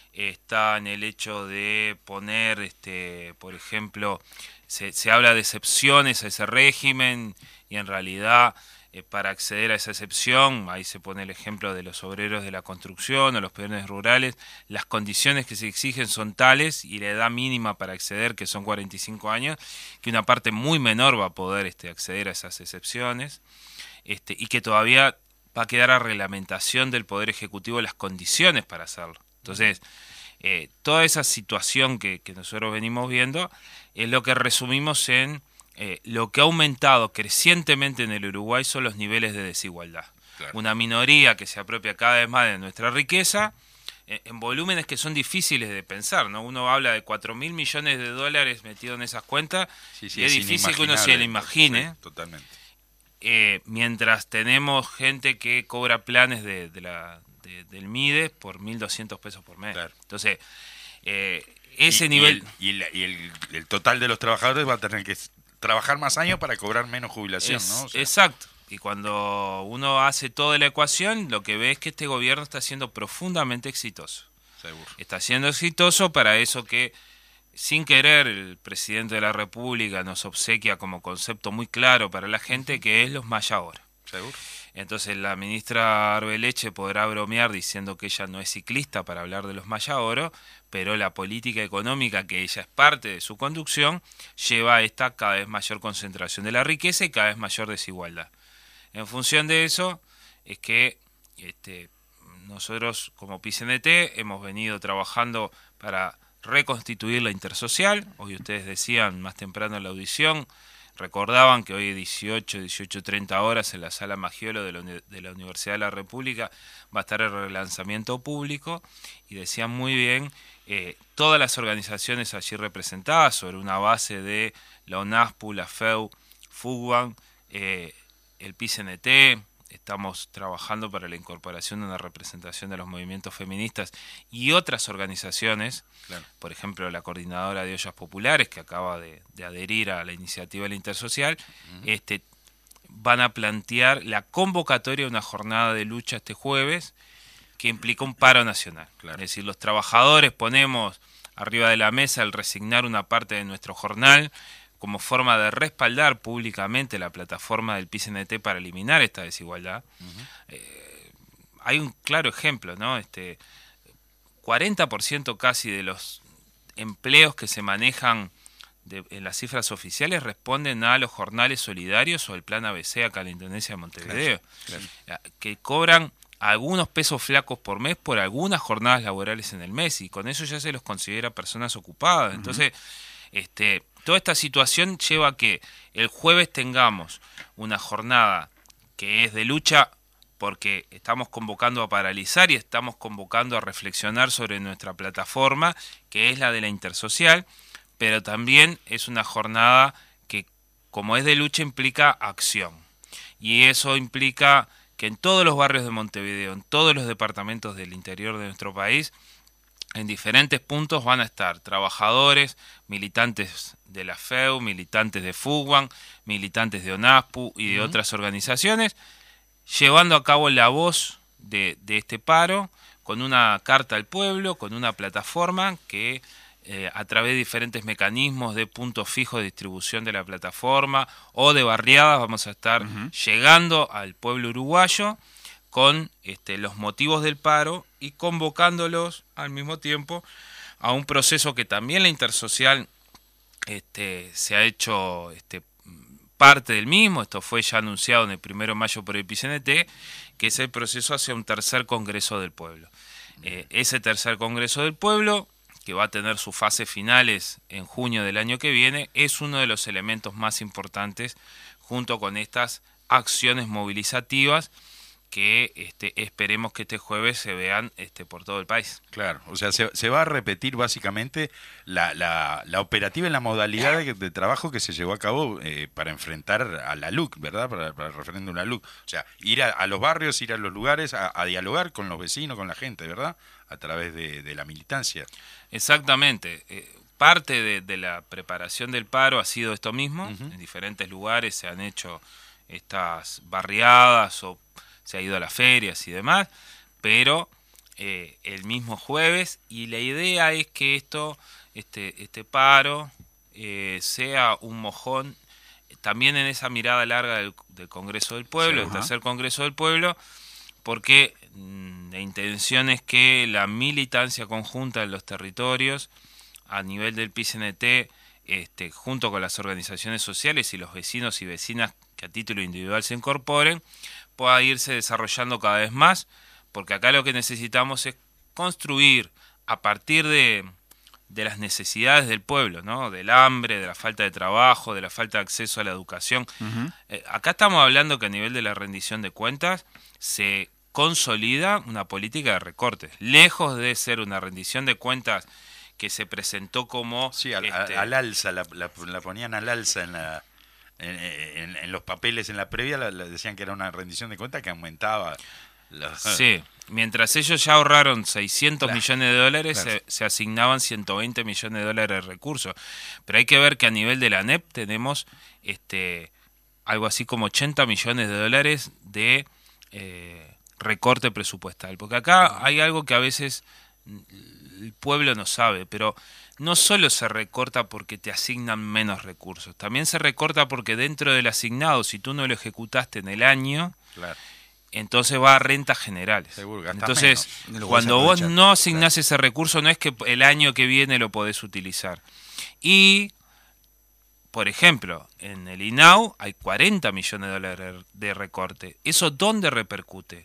Está en el hecho de poner, este, por ejemplo, se, se habla de excepciones a ese régimen y en realidad eh, para acceder a esa excepción, ahí se pone el ejemplo de los obreros de la construcción o los peones rurales, las condiciones que se exigen son tales y la edad mínima para acceder, que son cuarenta y cinco años, que una parte muy menor va a poder este, acceder a esas excepciones, este, y que todavía va a quedar a reglamentación del Poder Ejecutivo las condiciones para hacerlo. Entonces, eh, toda esa situación que, que nosotros venimos viendo es lo que resumimos en eh, lo que ha aumentado crecientemente en el Uruguay son los niveles de desigualdad. Claro. Una minoría que se apropia cada vez más de nuestra riqueza, eh, en volúmenes que son difíciles de pensar, ¿no? Uno habla de cuatro mil millones de dólares metidos en esas cuentas, Sí, sí, y es, difícil que uno se lo imagine. Sí, totalmente. Eh, mientras tenemos gente que cobra planes de, de la, de, del M I D E por mil doscientos pesos por mes. Claro. Entonces, eh, ese y, nivel... Y, el, y, el, y el, el total de los trabajadores va a tener que trabajar más años para cobrar menos jubilación, es, ¿no? O sea, exacto. Y cuando uno hace toda la ecuación, lo que ve es que este gobierno está siendo profundamente exitoso. seguro. Está siendo exitoso para eso que, sin querer, el presidente de la República nos obsequia como concepto muy claro para la gente, que es los más ahora. Seguro. Entonces la ministra Arbeleche podrá bromear diciendo que ella no es ciclista para hablar de los Maya Oro, pero la política económica, que ella es parte de su conducción, lleva a esta cada vez mayor concentración de la riqueza y cada vez mayor desigualdad. En función de eso es que este, nosotros como P I C N T hemos venido trabajando para reconstituir la intersocial. Hoy ustedes decían más temprano en la audición, recordaban que hoy dieciocho, dieciocho treinta horas en la Sala Maggiolo de la, de la Universidad de la República va a estar el relanzamiento público, y decían muy bien, eh, todas las organizaciones allí representadas sobre una base de la ONASPU, la F E U, FUGBAN, eh, el P I C N T, estamos trabajando para la incorporación de una representación de los movimientos feministas y otras organizaciones, Claro. por ejemplo la Coordinadora de Ollas Populares, que acaba de, de adherir a la iniciativa de la Intersocial, uh-huh. este, van a plantear la convocatoria de una jornada de lucha este jueves que implica un paro nacional. Claro. Es decir, los trabajadores ponemos arriba de la mesa el resignar una parte de nuestro jornal como forma de respaldar públicamente la plataforma del P I C N T para eliminar esta desigualdad. Uh-huh. eh, hay un claro ejemplo, ¿no? Este, cuarenta por ciento casi de los empleos que se manejan de, en las cifras oficiales responden a los jornales solidarios o el plan A B C acá en la Intendencia de Montevideo, claro, claro. que cobran algunos pesos flacos por mes por algunas jornadas laborales en el mes, y con eso ya se los considera personas ocupadas. Uh-huh. Entonces, este, toda esta situación lleva a que el jueves tengamos una jornada que es de lucha, porque estamos convocando a paralizar y estamos convocando a reflexionar sobre nuestra plataforma, que es la de la Intersocial, pero también es una jornada que, como es de lucha, implica acción. Y eso implica que en todos los barrios de Montevideo, en todos los departamentos del interior de nuestro país, en diferentes puntos van a estar trabajadores, militantes de la F E U, militantes de FUGBAN, militantes de ONASPU y de uh-huh. otras organizaciones, llevando a cabo la voz de, de este paro, con una carta al pueblo, con una plataforma que eh, a través de diferentes mecanismos de puntos fijos de distribución de la plataforma o de barriadas vamos a estar uh-huh. llegando al pueblo uruguayo con este, los motivos del paro y convocándolos al mismo tiempo a un proceso que también la Intersocial este, se ha hecho este, parte del mismo. Esto fue ya anunciado en el primero de mayo por el P I C N T, que es el proceso hacia un tercer Congreso del Pueblo. Eh, ese tercer Congreso del Pueblo, que va a tener sus fases finales en junio del año que viene, es uno de los elementos más importantes junto con estas acciones movilizativas que este, esperemos que este jueves se vean este, por todo el país. Claro, o sea, se, se va a repetir básicamente la, la, la operativa en la modalidad de, de trabajo que se llevó a cabo eh, para enfrentar a la L U C, ¿verdad? Para, para el referéndum a la L U C. O sea, ir a, a los barrios, ir a los lugares, a, a dialogar con los vecinos, con la gente, ¿verdad? A través de, de la militancia. Exactamente. Eh, parte de, de la preparación del paro ha sido esto mismo. Uh-huh. En diferentes lugares se han hecho estas barriadas o se ha ido a las ferias y demás, pero eh, el mismo jueves, y la idea es que esto, este, este paro eh, sea un mojón también en esa mirada larga del, del Congreso del Pueblo, sí, el tercer Congreso del Pueblo, porque mmm, la intención es que la militancia conjunta en los territorios a nivel del P I C N T, este, junto con las organizaciones sociales y los vecinos y vecinas que a título individual se incorporen, pueda irse desarrollando cada vez más, porque acá lo que necesitamos es construir a partir de, de las necesidades del pueblo, ¿no? Del hambre, de la falta de trabajo, de la falta de acceso a la educación. Uh-huh. Eh, acá estamos hablando que a nivel de la rendición de cuentas se consolida una política de recortes, lejos de ser una rendición de cuentas que se presentó como... Sí, al, este, al alza, la, la, la ponían al alza en, la, en, en, en los papeles en la previa, la, la decían que era una rendición de cuentas que aumentaba. Los... Sí, mientras ellos ya ahorraron seiscientos claro, millones de dólares, claro. se, se asignaban ciento veinte millones de dólares de recursos. Pero hay que ver que a nivel de la A N E P tenemos este algo así como ochenta millones de dólares de eh, recorte presupuestal. Porque acá hay algo que a veces el pueblo no sabe, pero no solo se recorta porque te asignan menos recursos, también se recorta porque dentro del asignado, si tú no lo ejecutaste en el año, claro. entonces va a rentas generales. Seguro, entonces, menos. cuando vos no asignás claro. ese recurso, no es que el año que viene lo podés utilizar. Y, por ejemplo, en el I N A U hay cuarenta millones de dólares de recorte. ¿Eso dónde repercute?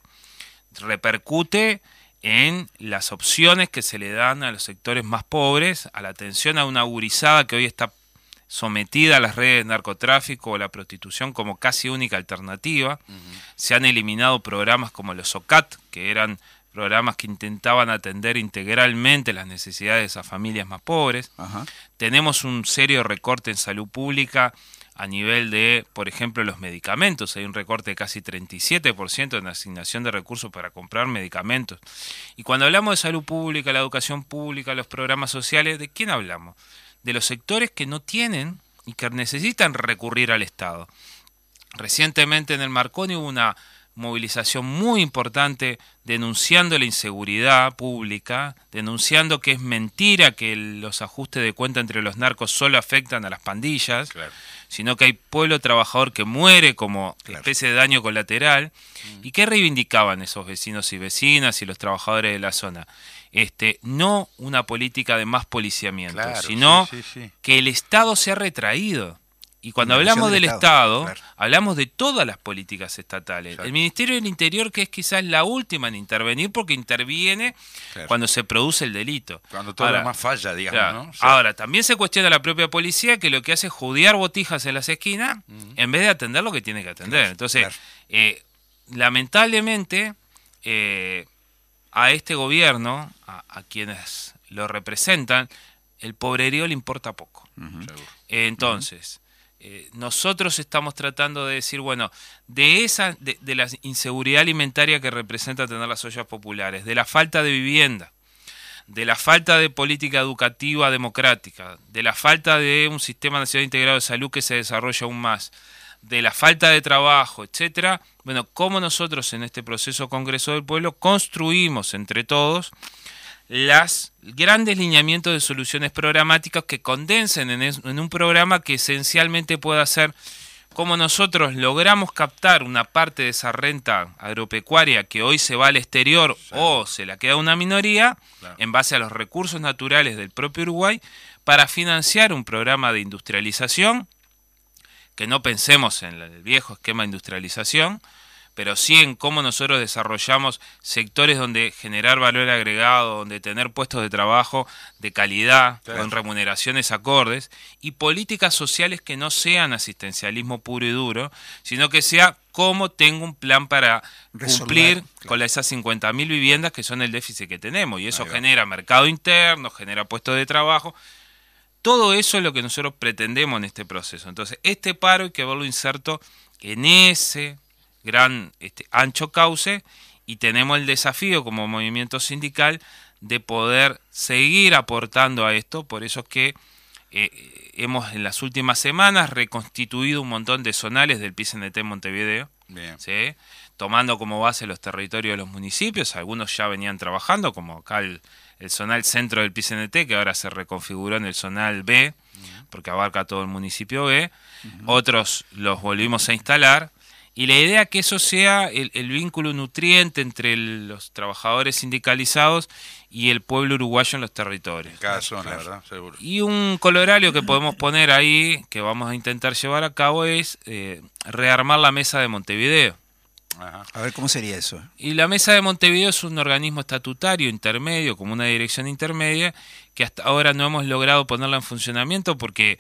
Repercute en las opciones que se le dan a los sectores más pobres, a la atención a una gurizada que hoy está sometida a las redes de narcotráfico o la prostitución como casi única alternativa. Uh-huh. Se han eliminado programas como los O C A T, que eran programas que intentaban atender integralmente las necesidades de esas familias más pobres. Uh-huh. Tenemos un serio recorte en salud pública a nivel de, por ejemplo, los medicamentos. Hay un recorte de casi treinta y siete por ciento en la asignación de recursos para comprar medicamentos. Y cuando hablamos de salud pública, la educación pública, los programas sociales, ¿de quién hablamos? De los sectores que no tienen y que necesitan recurrir al Estado. Recientemente en el Marconi hubo una movilización muy importante denunciando la inseguridad pública, denunciando que es mentira que los ajustes de cuenta entre los narcos solo afectan a las pandillas, claro. sino que hay pueblo trabajador que muere como claro. especie de daño colateral. Mm. ¿Y qué reivindicaban esos vecinos y vecinas y los trabajadores de la zona? Este, no una política de más policiamiento, claro, sino sí, sí, sí. que el Estado se ha retraído. Y cuando hablamos del, del Estado, Estado claro. hablamos de todas las políticas estatales. Claro. El Ministerio del Interior, que es quizás la última en intervenir, porque interviene claro. cuando se produce el delito. Cuando todo lo más falla, digamos, claro. ¿no? Sí. Ahora, también se cuestiona la propia policía, que lo que hace es judear botijas en las esquinas, uh-huh. en vez de atender lo que tiene que atender. Claro. Entonces, claro. eh, lamentablemente, eh, a este gobierno, a, a quienes lo representan, el pobrerío le importa poco. Uh-huh. eh, entonces... Uh-huh. Eh, nosotros estamos tratando de decir, bueno, de esa de, de la inseguridad alimentaria que representa tener las ollas populares, de la falta de vivienda, de la falta de política educativa democrática, de la falta de un sistema nacional integrado de salud que se desarrolla aún más, de la falta de trabajo, etcétera. Bueno, cómo nosotros en este proceso Congreso del Pueblo construimos entre todos las grandes lineamientos de soluciones programáticas que condensen en, es, en un programa que esencialmente pueda ser cómo nosotros logramos captar una parte de esa renta agropecuaria que hoy se va al exterior sí. o se la queda a una minoría claro. en base a los recursos naturales del propio Uruguay para financiar un programa de industrialización, que no pensemos en el viejo esquema de industrialización, pero sí en cómo nosotros desarrollamos sectores donde generar valor agregado, donde tener puestos de trabajo de calidad, claro. con remuneraciones acordes, y políticas sociales que no sean asistencialismo puro y duro, sino que sea cómo tengo un plan para Resolver, cumplir claro. con esas cincuenta mil viviendas que son el déficit que tenemos, y eso genera mercado interno, genera puestos de trabajo. Todo eso es lo que nosotros pretendemos en este proceso. Entonces, este paro hay que verlo inserto en ese gran este, ancho cauce, y tenemos el desafío como movimiento sindical de poder seguir aportando a esto. Por eso es que eh, hemos en las últimas semanas reconstituido un montón de zonales del P I C N T en Montevideo, ¿sí? tomando como base los territorios de los municipios. Algunos ya venían trabajando, como acá el, el zonal centro del P I C N T, que ahora se reconfiguró en el zonal B, porque abarca todo el municipio B. Uh-huh. Otros los volvimos a instalar. Y la idea es que eso sea el, el vínculo nutriente entre el, los trabajadores sindicalizados y el pueblo uruguayo en los territorios. En cada zona, claro. ¿Verdad? Seguro. Y un colorario que podemos poner ahí, que vamos a intentar llevar a cabo, es eh, rearmar la Mesa de Montevideo. Ajá. A ver, ¿cómo sería eso? Y la Mesa de Montevideo es un organismo estatutario intermedio, como una dirección intermedia, que hasta ahora no hemos logrado ponerla en funcionamiento porque...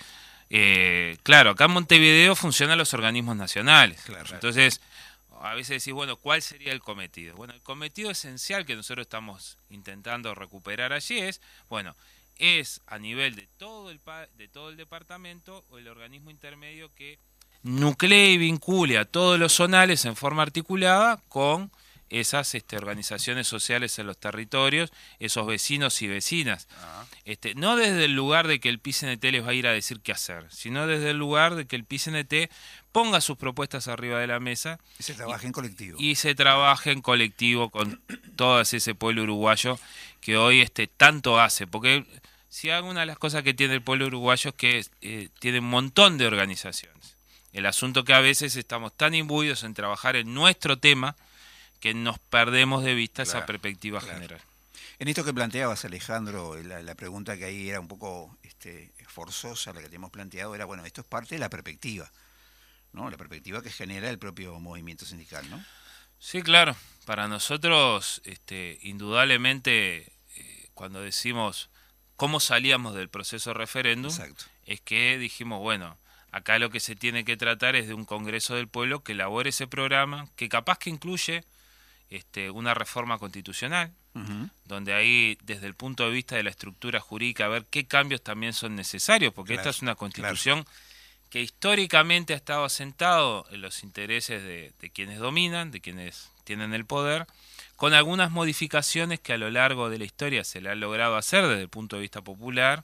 Eh, claro, acá en Montevideo funcionan los organismos nacionales. Claro. Entonces, a veces decís, bueno, ¿cuál sería el cometido? Bueno, el cometido esencial que nosotros estamos intentando recuperar allí es, bueno, es a nivel de todo el, de todo el departamento o el organismo intermedio que nuclee y vincule a todos los zonales en forma articulada con esas este, organizaciones sociales en los territorios, esos vecinos y vecinas. Uh-huh. Este, no desde el lugar de que el P I C N T les va a ir a decir qué hacer, sino desde el lugar de que el P I C N T ponga sus propuestas arriba de la mesa. Y se trabaje en colectivo. Y se trabaje en colectivo con todo ese pueblo uruguayo que hoy este, tanto hace. Porque si alguna de las cosas que tiene el pueblo uruguayo es que eh, tiene un montón de organizaciones. El asunto que a veces estamos tan imbuidos en trabajar en nuestro tema que nos perdemos de vista claro, esa perspectiva claro. general. En esto que planteabas, Alejandro, la, la pregunta que ahí era un poco este, forzosa, la que te hemos planteado, era, bueno, esto es parte de la perspectiva, ¿no? La perspectiva que genera el propio movimiento sindical, ¿no? Sí, claro. Para nosotros, este, indudablemente, eh, cuando decimos cómo salíamos del proceso referéndum, Exacto. es que dijimos, bueno, acá lo que se tiene que tratar es de un Congreso del Pueblo que elabore ese programa, que capaz que incluye Este, una reforma constitucional, uh-huh. donde ahí desde el punto de vista de la estructura jurídica a ver qué cambios también son necesarios, porque claro, esta es una constitución claro. que históricamente ha estado asentado en los intereses de, de quienes dominan, de quienes tienen el poder, con algunas modificaciones que a lo largo de la historia se le han logrado hacer desde el punto de vista popular,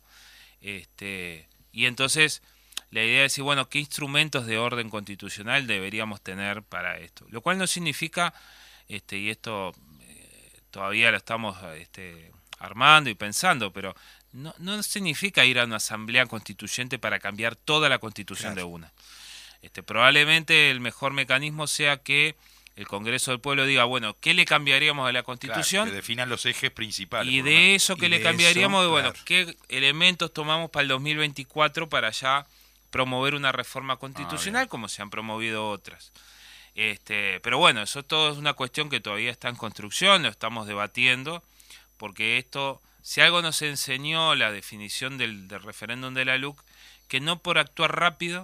este, y entonces la idea es decir, bueno, ¿qué instrumentos de orden constitucional deberíamos tener para esto? Lo cual no significa... Este, y esto eh, todavía lo estamos este, armando y pensando, pero no, no significa ir a una asamblea constituyente para cambiar toda la constitución claro. de una. Este, probablemente el mejor mecanismo sea que el Congreso del Pueblo diga, bueno, ¿qué le cambiaríamos a la Constitución? Claro, que definan los ejes principales. Y de eso que le cambiaríamos, eso, bueno, claro. ¿qué elementos tomamos para el dos mil veinticuatro para ya promover una reforma constitucional ah, como se han promovido otras? Este, pero bueno, eso todo es una cuestión que todavía está en construcción, lo estamos debatiendo, porque esto, si algo nos enseñó la definición del, del referéndum de la L U C, que no por actuar rápido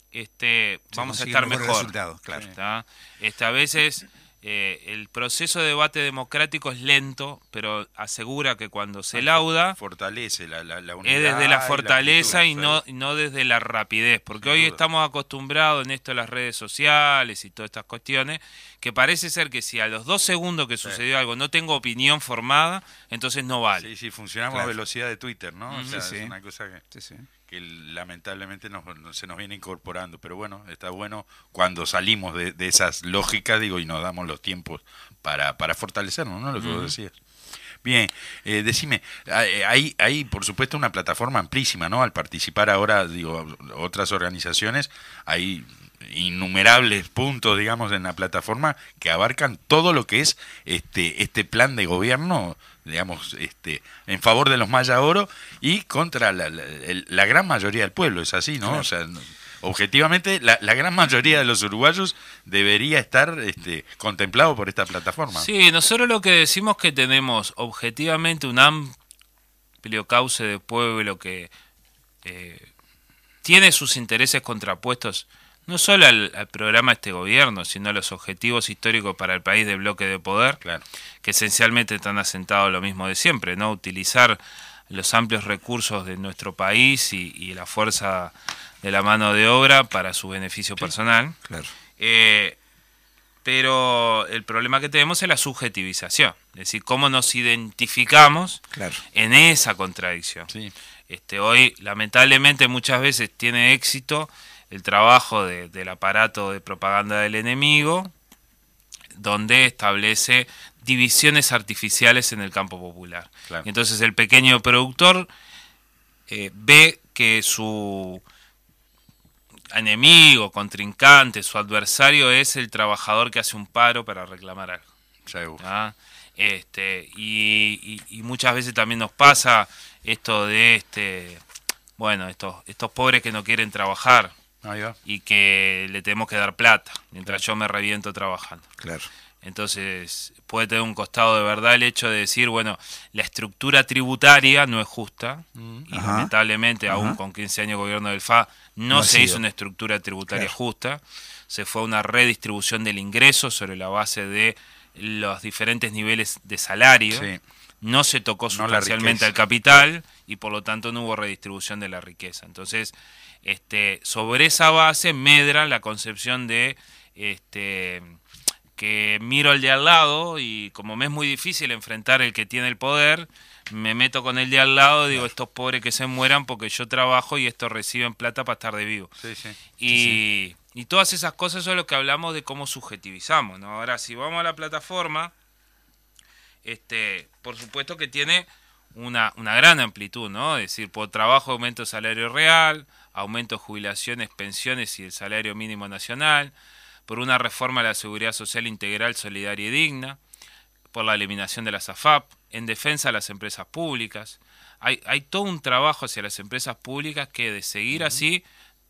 este, vamos a estar mejor. Claro. ¿Está? Este, a veces eh, el proceso de debate democrático es lento, pero asegura que cuando se lauda, fortalece la, la, la unidad. Es desde la fortaleza y, la y, no, y no desde la rapidez, porque Sin hoy duda. estamos acostumbrados en esto de las redes sociales y todas estas cuestiones, que parece ser que si a los dos segundos que sucedió sí. algo no tengo opinión formada, entonces no vale. Sí, sí, funcionamos claro. a velocidad de Twitter, ¿no? Mm-hmm. O sea, sí, es sí. una cosa que... Sí, sí. que lamentablemente nos, se nos viene incorporando, pero bueno, está bueno cuando salimos de, de esas lógicas, digo, y nos damos los tiempos para, para fortalecernos, ¿no? Lo que uh-huh. vos decías. Bien, eh, decime, hay, hay por supuesto una plataforma amplísima, ¿no? Al participar ahora, digo, otras organizaciones, hay innumerables puntos, digamos, en la plataforma que abarcan todo lo que es este, este plan de gobierno, digamos, este, en favor de los Maya Oro y contra la, la, la gran mayoría del pueblo, es así, ¿no? Claro. O sea, objetivamente, la, la gran mayoría de los uruguayos debería estar este, contemplado por esta plataforma. Sí, nosotros lo que decimos es que tenemos objetivamente un amplio cauce de pueblo que eh, tiene sus intereses contrapuestos no solo al, al programa de este gobierno, sino a los objetivos históricos para el país de bloque de poder, claro. que esencialmente están asentados lo mismo de siempre, ¿no? Utilizar los amplios recursos de nuestro país y, y la fuerza de la mano de obra para su beneficio sí. personal. Claro. Eh, pero el problema que tenemos es la subjetivización, es decir, cómo nos identificamos claro. en esa contradicción. Sí. Este, hoy, lamentablemente, muchas veces tiene éxito el trabajo de, del aparato de propaganda del enemigo, donde establece divisiones artificiales en el campo popular. Claro. Entonces el pequeño productor eh, ve que su enemigo, contrincante, su adversario es el trabajador que hace un paro para reclamar algo. Seguro. ¿Ah? Este, y, y, y muchas veces también nos pasa esto de este, bueno, estos, estos pobres que no quieren trabajar Ahí va. y que le tenemos que dar plata mientras Claro. yo me reviento trabajando. Claro. Entonces puede tener un costado de verdad el hecho de decir, bueno, la estructura tributaria no es justa y Ajá. lamentablemente, Ajá. aún con quince años de gobierno del F A, no, No ha se sido. hizo una estructura tributaria Claro. justa, se fue a una redistribución del ingreso sobre la base de los diferentes niveles de salario, Sí. no se tocó No la sustancialmente riqueza. al capital y por lo tanto no hubo redistribución de la riqueza. Entonces, este, sobre esa base medra la concepción de este, que miro al de al lado y como me es muy difícil enfrentar el que tiene el poder, me meto con el de al lado, digo, estos pobres que se mueran porque yo trabajo y estos reciben plata para estar de vivo. Sí, sí. Y, y todas esas cosas son lo que hablamos de cómo subjetivizamos, ¿no? Ahora, si vamos a la plataforma, este, por supuesto que tiene una, una gran amplitud, ¿no? Es decir, por trabajo aumento de salario real, aumento de jubilaciones, pensiones y el salario mínimo nacional, por una reforma de la seguridad social integral, solidaria y digna, por la eliminación de las A F A P, en defensa de las empresas públicas. Hay, hay todo un trabajo hacia las empresas públicas que de seguir así,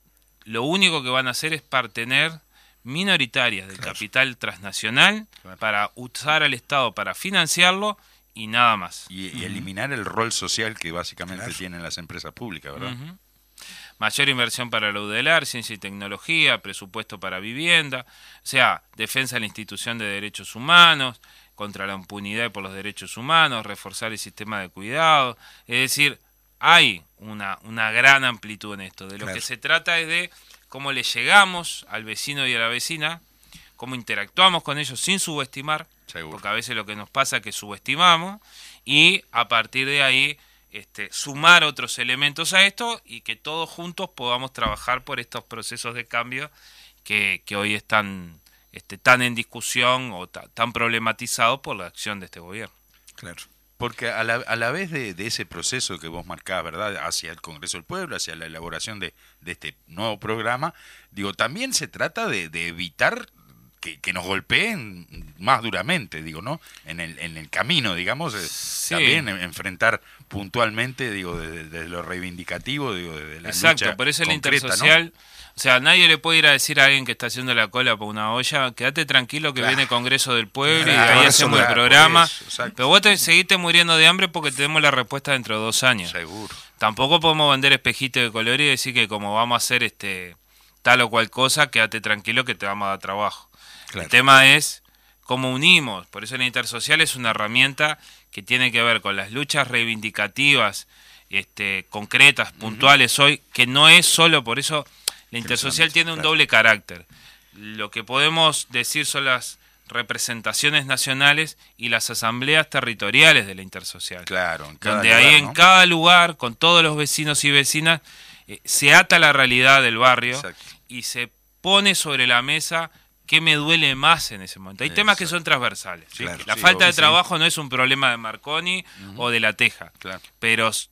lo único que van a hacer es partener minoritarias del Claro. capital transnacional Claro. para usar al Estado para financiarlo y nada más. Y, y eliminar el rol social que básicamente Claro. tienen las empresas públicas, ¿verdad? Ujú. Mayor inversión para la U D E L A R, ciencia y tecnología, presupuesto para vivienda, o sea, defensa de la institución de derechos humanos, contra la impunidad y por los derechos humanos, reforzar el sistema de cuidado. Es decir, hay una, una gran amplitud en esto. De lo Claro. que se trata es de cómo le llegamos al vecino y a la vecina, cómo interactuamos con ellos sin subestimar, Seguro. porque a veces lo que nos pasa es que subestimamos, y a partir de ahí este, sumar otros elementos a esto y que todos juntos podamos trabajar por estos procesos de cambio que, que hoy están este, tan en discusión o ta, tan problematizados por la acción de este gobierno. Claro. Porque a la, a la vez de, de ese proceso que vos marcás, ¿verdad? Hacia el Congreso del Pueblo, hacia la elaboración de, de este nuevo programa, digo, también se trata de, de evitar que, que nos golpeen más duramente, digo, ¿no? En el, en el camino, digamos, eh, Sí. también en- enfrentar puntualmente, digo, desde, desde lo reivindicativo, digo, desde la Exacto, lucha por eso la concreta, ¿no? intersocial, o sea, nadie le puede ir a decir a alguien que está haciendo la cola por una olla, quédate tranquilo que Claro. viene Congreso del Pueblo Claro, y de ahí eso, hacemos claro, el programa, por eso, exacto. pero vos te seguiste muriendo de hambre porque tenemos la respuesta dentro de dos años. Seguro. Tampoco podemos vender espejitos de color y decir que como vamos a hacer este tal o cual cosa, quédate tranquilo que te vamos a dar trabajo. Claro. El tema es cómo unimos, por eso la intersocial es una herramienta que tiene que ver con las luchas reivindicativas, este, concretas, puntuales hoy, que no es solo, por eso la intersocial tiene un claro. doble carácter. Lo que podemos decir son las representaciones nacionales y las asambleas territoriales de la intersocial. Claro, en cada Donde lugar, ahí en ¿no? cada lugar, con todos los vecinos y vecinas, eh, se ata la realidad del barrio Exacto. y se pone sobre la mesa qué me duele más en ese momento. Hay temas que Exacto. son transversales. ¿sí? Claro, La sí, falta obvio, de sí. trabajo no es un problema de Marconi o de La Teja, Claro. pero s-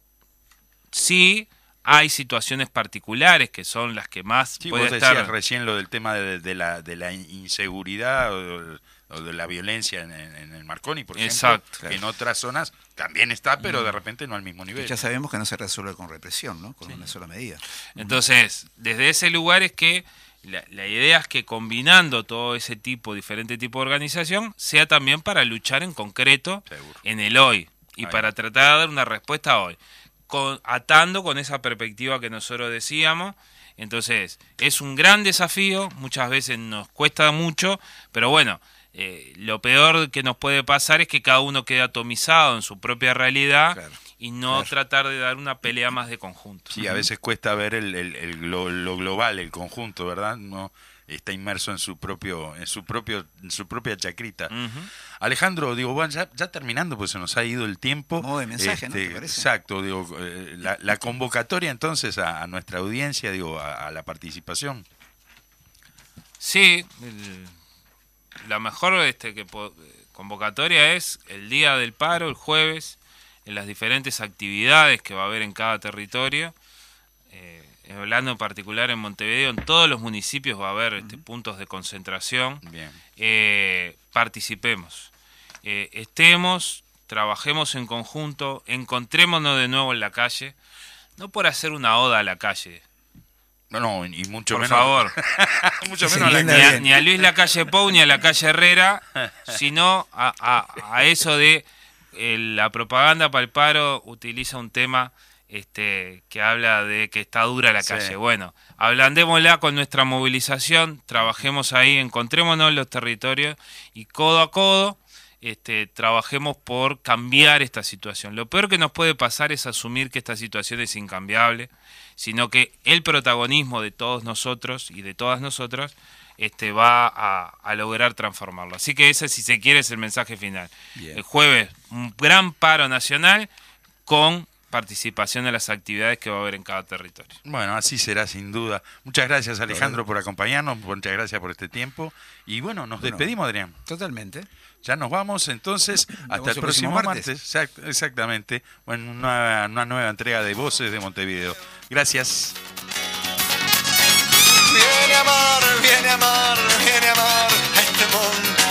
sí hay situaciones particulares que son las que más Sí, puede vos decías estar... recién lo del tema de, de la, de la inseguridad o, o de la violencia en, en- en el Marconi, por ejemplo, Exacto. que en otras zonas también está, pero de repente no al mismo Que nivel. ya sabemos que no se resuelve con represión, ¿no? Con una sola medida. Entonces, desde ese lugar es que la, la idea es que combinando todo ese tipo, diferente tipo de organización, sea también para luchar en concreto Seguro. en el hoy y Ahí. para tratar de dar una respuesta hoy, con, atando con esa perspectiva que nosotros decíamos. Entonces, es un gran desafío, muchas veces nos cuesta mucho, pero bueno, eh, lo peor que nos puede pasar es que cada uno quede atomizado en su propia realidad Claro, y no claro. tratar de dar una pelea más de conjunto. Sí, a veces cuesta ver el, el- el glo- lo global, el conjunto, ¿verdad? No está inmerso en su propio, en su propio, en su propia chacrita. Ujú. Alejandro, digo, bueno, ya, ya terminando, pues se nos ha ido el tiempo. Modo de mensaje, ¿no? ¿Te parece? Exacto, digo, eh, la, la convocatoria entonces a, a nuestra audiencia, digo, a, a la participación. Sí, el- la mejor este, que convocatoria es el día del paro, el jueves, en las diferentes actividades que va a haber en cada territorio. Eh, hablando en particular en Montevideo, en todos los municipios va a haber este, puntos de concentración. Bien. Eh, participemos, eh, estemos, trabajemos en conjunto, encontrémonos de nuevo en la calle, no por hacer una oda a la calle. No, no, y mucho por menos. favor. mucho Se menos la entienda Ni a, bien. ni a Luis Lacalle Pou ni a Lacalle Herrera, sino a, a, a eso de eh, la propaganda para el paro utiliza un tema este, que habla de que está dura la calle. Sí. Bueno, ablandémosla con nuestra movilización, trabajemos ahí, encontrémonos en los territorios y codo a codo este, trabajemos por cambiar esta situación. Lo peor que nos puede pasar es asumir que esta situación es incambiable, sino que el protagonismo de todos nosotros y de todas nosotras este, va a, a lograr transformarlo. Así que ese, si se quiere, es el mensaje final. Bien. El jueves, un gran paro nacional con participación de las actividades que va a haber en cada territorio. Bueno, así será sin duda. Muchas gracias, Alejandro, por acompañarnos. Muchas gracias por este tiempo. Y bueno, nos Bueno, despedimos, Adrián. Totalmente. Ya nos vamos entonces hasta vemos el el próximo próximo martes. martes. Exact- Exactamente. Bueno, una, una nueva entrega de Voces de Montevideo. Gracias. Viene a amar, viene a amar, viene a amar a este mundo.